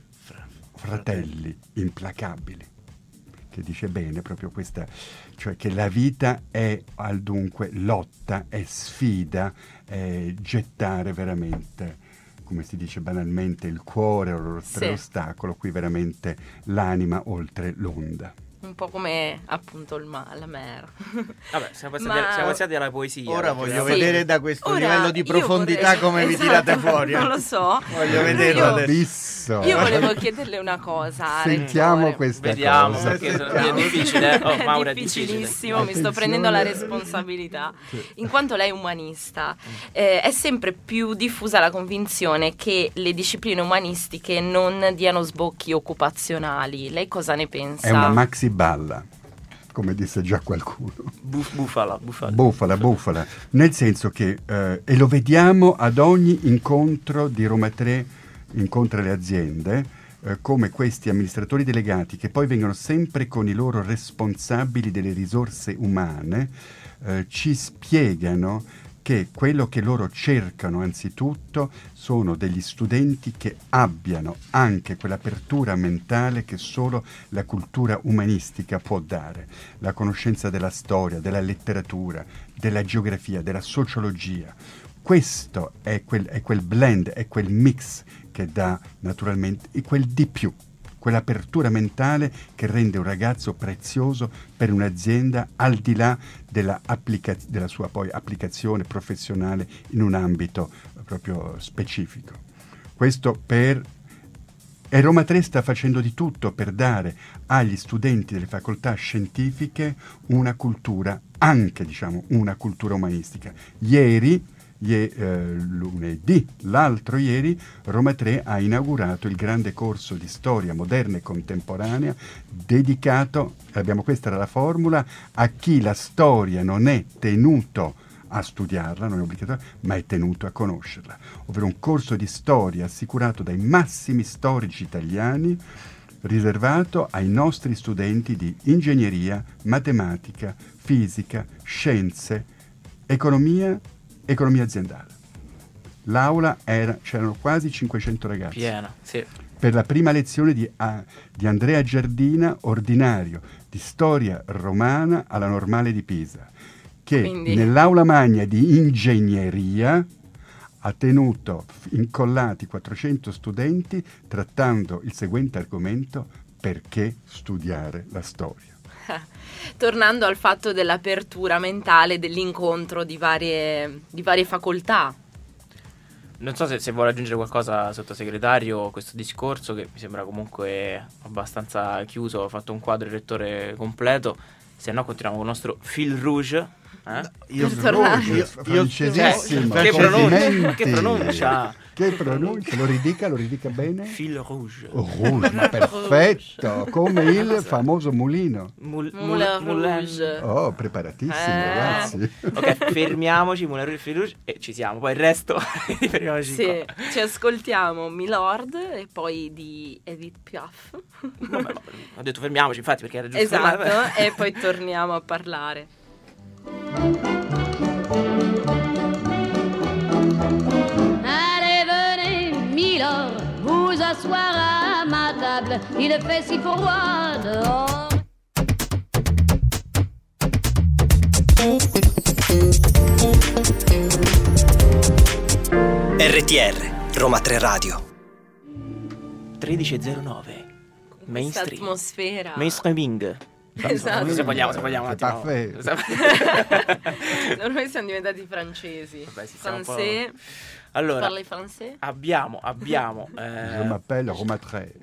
Speaker 5: fratelli implacabili. Che dice bene proprio questa, cioè che la vita è al dunque lotta, è sfida, è gettare veramente, come si dice banalmente, il cuore oltre l'ostacolo, qui veramente l'anima oltre l'onda.
Speaker 3: Un po' come appunto la mer.
Speaker 2: Vabbè, siamo passati alla poesia.
Speaker 4: Ora voglio vedere da questo livello di profondità come vi tirate fuori.
Speaker 3: Non lo so.
Speaker 4: Voglio vederlo adesso.
Speaker 3: Io volevo chiederle una cosa.
Speaker 5: Sentiamo
Speaker 3: rettore.
Speaker 5: questa
Speaker 2: Vediamo,
Speaker 5: cosa.
Speaker 2: Perché è difficile. Maura,
Speaker 3: è difficilissimo, mi sto prendendo la responsabilità.
Speaker 5: Sì.
Speaker 3: In quanto lei è umanista, è sempre più diffusa la convinzione che le discipline umanistiche non diano sbocchi occupazionali. Lei cosa ne pensa?
Speaker 5: È una maxi balla, come disse già qualcuno.
Speaker 2: Bufala.
Speaker 5: Nel senso che, e lo vediamo ad ogni incontro di Roma 3, incontra le aziende, come questi amministratori delegati, che poi vengono sempre con i loro responsabili delle risorse umane, ci spiegano che quello che loro cercano anzitutto sono degli studenti che abbiano anche quell'apertura mentale che solo la cultura umanistica può dare, la conoscenza della storia, della letteratura, della geografia, della sociologia. Questo è quel blend, è quel mix che dà naturalmente quel di più, quell'apertura mentale che rende un ragazzo prezioso per un'azienda al di là della sua poi applicazione professionale in un ambito proprio specifico. Questo e Roma 3 sta facendo di tutto per dare agli studenti delle facoltà scientifiche una cultura, anche una cultura umanistica. Lunedì, l'altro ieri, Roma 3 ha inaugurato il grande corso di storia moderna e contemporanea dedicato, questa era la formula, a chi la storia non è tenuto a studiarla, non è obbligatorio, ma è tenuto a conoscerla. Ovvero un corso di storia assicurato dai massimi storici italiani, riservato ai nostri studenti di ingegneria, matematica, fisica, scienze, economia aziendale. L'aula c'erano quasi 500 ragazzi.
Speaker 2: Piena, sì.
Speaker 5: per la prima lezione di Andrea Giardina, ordinario di storia romana alla Normale di Pisa, che nell'aula magna di ingegneria ha tenuto incollati 400 studenti trattando il seguente argomento: perché studiare la storia.
Speaker 3: Tornando al fatto dell'apertura mentale, dell'incontro di varie facoltà.
Speaker 2: Non so se vuole aggiungere qualcosa, sottosegretario, questo discorso che mi sembra comunque abbastanza chiuso. Ho fatto un quadro di lettore completo, se no continuiamo con il nostro fil rouge.
Speaker 5: Io francesissimo.
Speaker 2: Che pronuncia?
Speaker 5: Che pronuncia? Lo ridica bene?
Speaker 2: Fil rouge.
Speaker 5: Rouge, ma perfetto, come il famoso mulino.
Speaker 3: Moulin Rouge.
Speaker 5: Oh, preparatissimo, ragazzi.
Speaker 2: Ok, fermiamoci, Moulin Rouge, Fil Rouge, e ci siamo. Poi il resto fermiamoci qua.
Speaker 3: Ci ascoltiamo Milord e poi di Edith Piaf.
Speaker 2: Vabbè, ho detto fermiamoci, infatti, perché era giusto.
Speaker 3: Esatto, e poi torniamo a parlare.
Speaker 9: Allez, venez, Milord, vous asseoir à ma table. Il fait si froid dehors.
Speaker 8: RTR, Roma 3 Radio.
Speaker 2: 13:09. Mainstream.
Speaker 3: Atmosfera.
Speaker 2: Mainstreaming.
Speaker 3: Esatto.
Speaker 2: Se vogliamo un attimo.
Speaker 3: Ormai siamo diventati francesi.
Speaker 2: Vabbè,
Speaker 3: Francese.
Speaker 2: Allora,
Speaker 3: parli francese?
Speaker 2: abbiamo
Speaker 5: Je m'appelle Roma 3.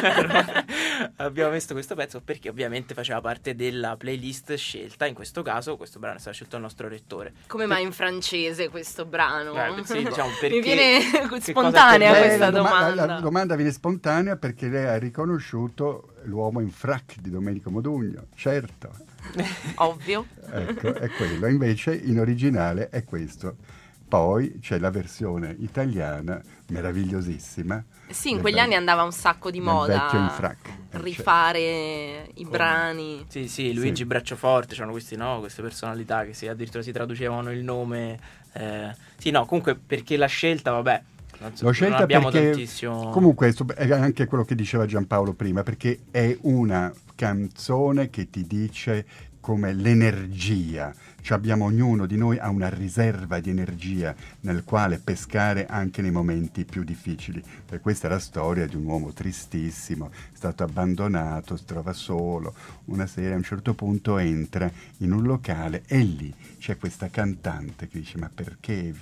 Speaker 2: Abbiamo messo questo pezzo perché ovviamente faceva parte della playlist scelta. In questo caso questo brano è stato scelto dal nostro rettore.
Speaker 3: Come mai in francese questo brano?
Speaker 2: Sì, diciamo, perché,
Speaker 3: mi viene spontanea questa
Speaker 5: domanda. La
Speaker 3: domanda.
Speaker 5: domanda viene spontanea perché lei ha riconosciuto l'uomo in frac di Domenico Modugno, certo.
Speaker 3: Ovvio.
Speaker 5: Ecco, è quello. Invece in originale è questo. Poi c'è la versione italiana meravigliosissima.
Speaker 3: Sì, in quegli anni andava un sacco di moda
Speaker 5: vecchio in frac.
Speaker 3: rifare i brani.
Speaker 2: Sì, Luigi Bracciaforte, c'erano queste personalità che addirittura si traducevano il nome. Comunque perché la scelta, vabbè.
Speaker 5: L'ho scelta
Speaker 2: non abbiamo
Speaker 5: perché
Speaker 2: tantissimo.
Speaker 5: Comunque è anche quello che diceva Giampaolo prima, perché è una canzone che ti dice come l'energia, cioè ognuno di noi ha una riserva di energia nel quale pescare anche nei momenti più difficili. E questa è la storia di un uomo tristissimo, è stato abbandonato, si trova solo, una sera a un certo punto entra in un locale e lì c'è questa cantante che dice: ma perché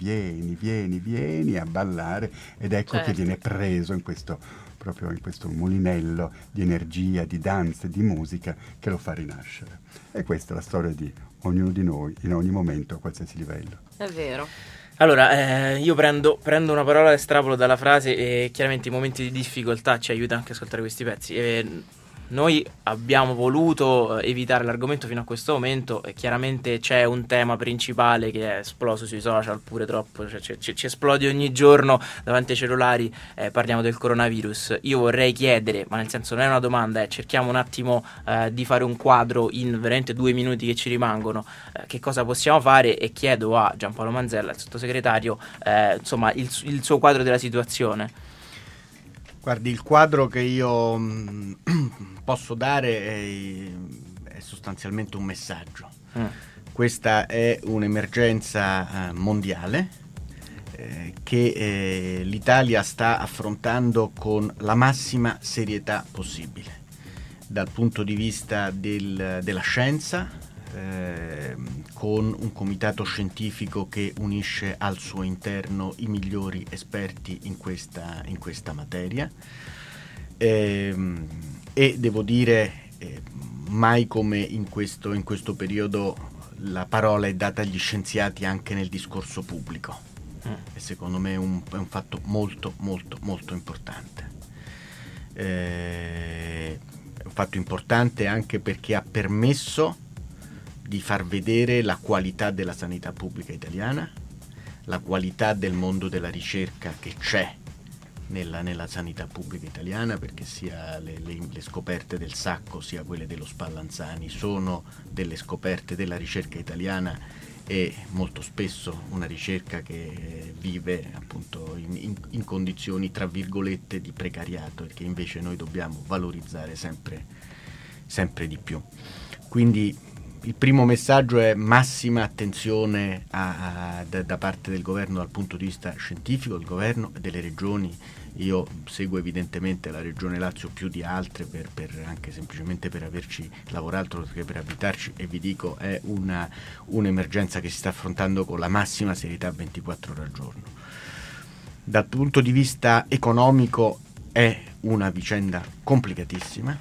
Speaker 5: vieni a ballare, ed ecco
Speaker 3: certo.
Speaker 5: che viene preso proprio in questo mulinello di energia, di danza, di musica che lo fa rinascere. E questa è la storia di ognuno di noi in ogni momento, a qualsiasi livello.
Speaker 3: È vero.
Speaker 2: Allora, io prendo una parola, estrapolo dalla frase e chiaramente i momenti di difficoltà ci aiuta anche a ascoltare questi pezzi. Noi abbiamo voluto evitare l'argomento fino a questo momento e chiaramente c'è un tema principale che è esploso sui social pure troppo, cioè, ci esplode ogni giorno davanti ai cellulari, parliamo del coronavirus. Io vorrei chiedere, ma nel senso non è una domanda, cerchiamo un attimo di fare un quadro in veramente 2 minuti che ci rimangono, che cosa possiamo fare, e chiedo a Giampaolo Manzella, il sottosegretario, insomma il suo quadro della situazione.
Speaker 4: Guardi, il quadro che io posso dare è sostanzialmente un messaggio. Questa è un'emergenza mondiale che l'Italia sta affrontando con la massima serietà possibile dal punto di vista della scienza, con un comitato scientifico che unisce al suo interno i migliori esperti in questa materia, e devo dire mai come in questo periodo la parola è data agli scienziati anche nel discorso pubblico, e secondo me è un fatto molto molto molto importante. È un fatto importante anche perché ha permesso di far vedere la qualità della sanità pubblica italiana, la qualità del mondo della ricerca che c'è nella sanità pubblica italiana, perché sia le scoperte del Sacco sia quelle dello Spallanzani sono delle scoperte della ricerca italiana, e molto spesso una ricerca che vive appunto in condizioni tra virgolette di precariato, e che invece noi dobbiamo valorizzare sempre di più. Quindi il primo messaggio è massima attenzione da parte del governo dal punto di vista scientifico, del governo e delle regioni. Io seguo evidentemente la regione Lazio più di altre, anche semplicemente per averci lavorato, che per abitarci, e vi dico è un'emergenza che si sta affrontando con la massima serietà 24 ore al giorno. Dal punto di vista economico è una vicenda complicatissima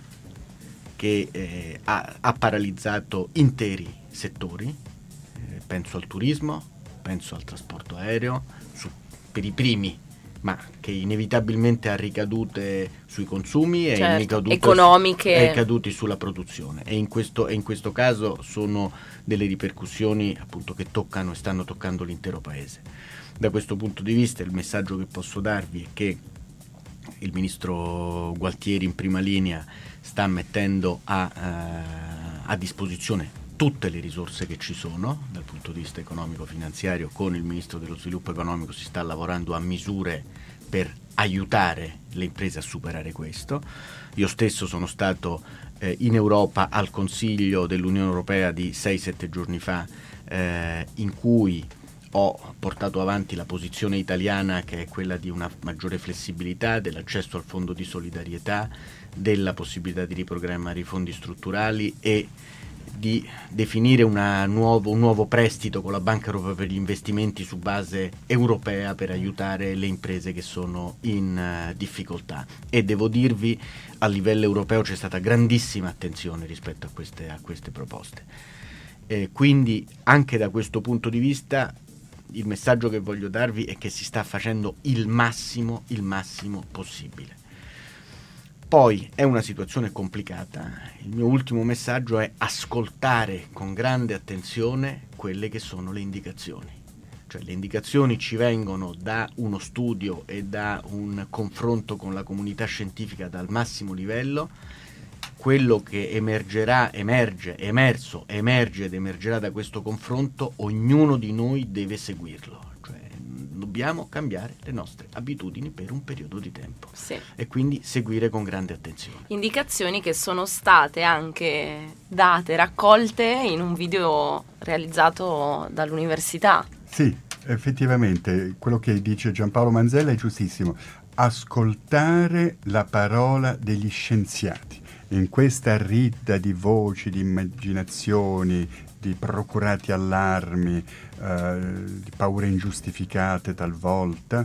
Speaker 4: che ha paralizzato interi settori, penso al turismo, penso al trasporto aereo, per i primi, ma che inevitabilmente ha ricadute sui consumi e
Speaker 3: economiche
Speaker 4: e ricaduti sulla produzione, e in questo caso sono delle ripercussioni appunto che toccano e stanno toccando l'intero paese. Da questo punto di vista il messaggio che posso darvi è che il ministro Gualtieri in prima linea sta mettendo a disposizione tutte le risorse che ci sono dal punto di vista economico-finanziario. Con il Ministro dello Sviluppo Economico si sta lavorando a misure per aiutare le imprese a superare questo. Io stesso sono stato in Europa al Consiglio dell'Unione Europea di 6-7 giorni fa, in cui ho portato avanti la posizione italiana, che è quella di una maggiore flessibilità, dell'accesso al fondo di solidarietà, della possibilità di riprogrammare i fondi strutturali e di definire un nuovo prestito con la Banca Europea per gli investimenti su base europea per aiutare le imprese che sono in difficoltà. E devo dirvi, a livello europeo c'è stata grandissima attenzione rispetto a queste proposte. Quindi anche da questo punto di vista il messaggio che voglio darvi è che si sta facendo il massimo possibile. Poi è una situazione complicata. Il mio ultimo messaggio è ascoltare con grande attenzione quelle che sono le indicazioni. Cioè le indicazioni ci vengono da uno studio e da un confronto con la comunità scientifica dal massimo livello. Quello che emerge ed emergerà da questo confronto, ognuno di noi deve seguirlo. Dobbiamo cambiare le nostre abitudini per un periodo di tempo, sì, e quindi seguire con grande attenzione.
Speaker 3: Indicazioni che sono state anche date, raccolte in un video realizzato dall'università.
Speaker 5: Sì, effettivamente quello che dice Giampaolo Manzella è giustissimo. Ascoltare la parola degli scienziati. In questa ridda di voci, di immaginazioni, di procurati allarmi, di paure ingiustificate talvolta,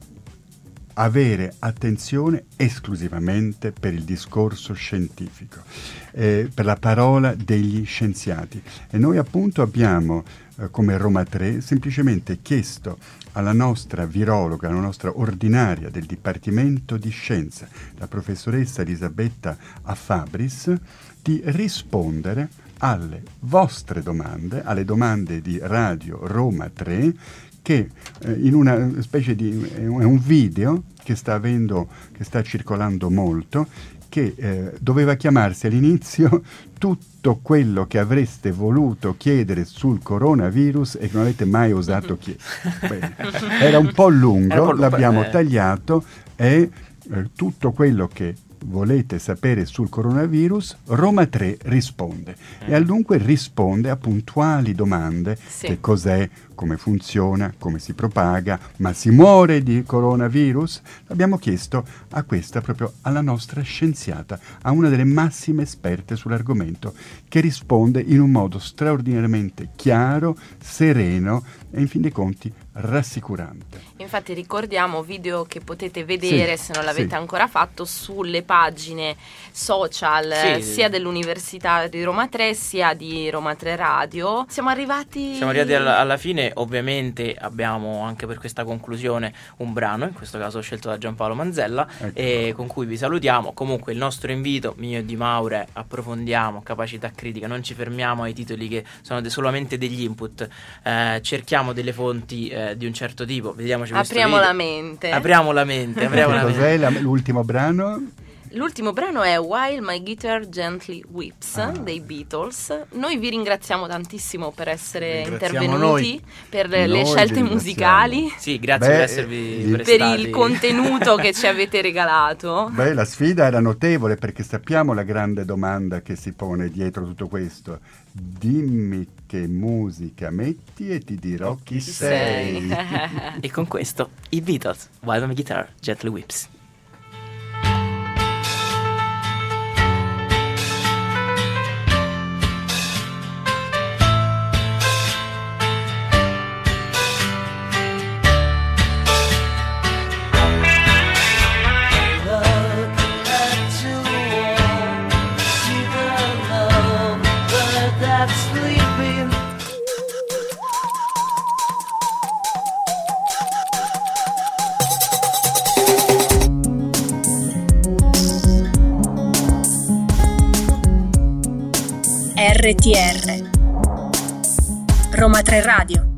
Speaker 5: avere attenzione esclusivamente per il discorso scientifico, per la parola degli scienziati. E noi appunto abbiamo, come Roma 3, semplicemente chiesto alla nostra virologa, alla nostra ordinaria del Dipartimento di Scienza, la professoressa Elisabetta Affabris, di rispondere alle vostre domande, alle domande di Radio Roma 3, che in una specie di è un video che sta circolando molto, che doveva chiamarsi all'inizio tutto quello che avreste voluto chiedere sul coronavirus e che non avete mai osato chiedere. Bene. Era un po' lungo, l'abbiamo tagliato, e tutto quello che volete sapere sul coronavirus, Roma 3 risponde. E dunque risponde a puntuali domande, sì. Che cos'è, come funziona, come si propaga, ma si muore di coronavirus? L'abbiamo chiesto a questa, proprio alla nostra scienziata, a una delle massime esperte sull'argomento, che risponde in un modo straordinariamente chiaro, sereno e in fin dei conti rassicurante.
Speaker 3: Infatti ricordiamo video che potete vedere, sì, se non l'avete ancora fatto, sulle pagine social, sì, sia dell'Università di Roma 3 sia di Roma 3 Radio. Siamo arrivati
Speaker 2: alla fine. Ovviamente abbiamo anche per questa conclusione un brano, in questo caso scelto da Giampaolo Manzella, e con cui vi salutiamo. Comunque il nostro invito, mio e di Maure, approfondiamo capacità critica, non ci fermiamo ai titoli che sono solamente degli input, cerchiamo delle fonti di un certo tipo, vediamoci questo
Speaker 3: apriamo
Speaker 2: video.
Speaker 3: la mente.
Speaker 2: Apriamo la mente.
Speaker 5: Cos'è l'ultimo brano?
Speaker 3: L'ultimo brano è While My Guitar Gently Weeps dei Beatles. Noi vi ringraziamo tantissimo per essere intervenuti,
Speaker 4: noi.
Speaker 3: per
Speaker 5: Noi
Speaker 3: le scelte
Speaker 5: ringraziamo.
Speaker 3: musicali,
Speaker 2: Sì, grazie per esservi
Speaker 3: per
Speaker 2: prestati.
Speaker 3: il contenuto che ci avete regalato.
Speaker 5: Beh, la sfida era notevole perché sappiamo la grande domanda che si pone dietro tutto questo. Dimmi che musica metti e ti dirò chi sei.
Speaker 2: E con questo i Beatles, While My Guitar Gently Weeps.
Speaker 6: RTR Roma 3 Radio.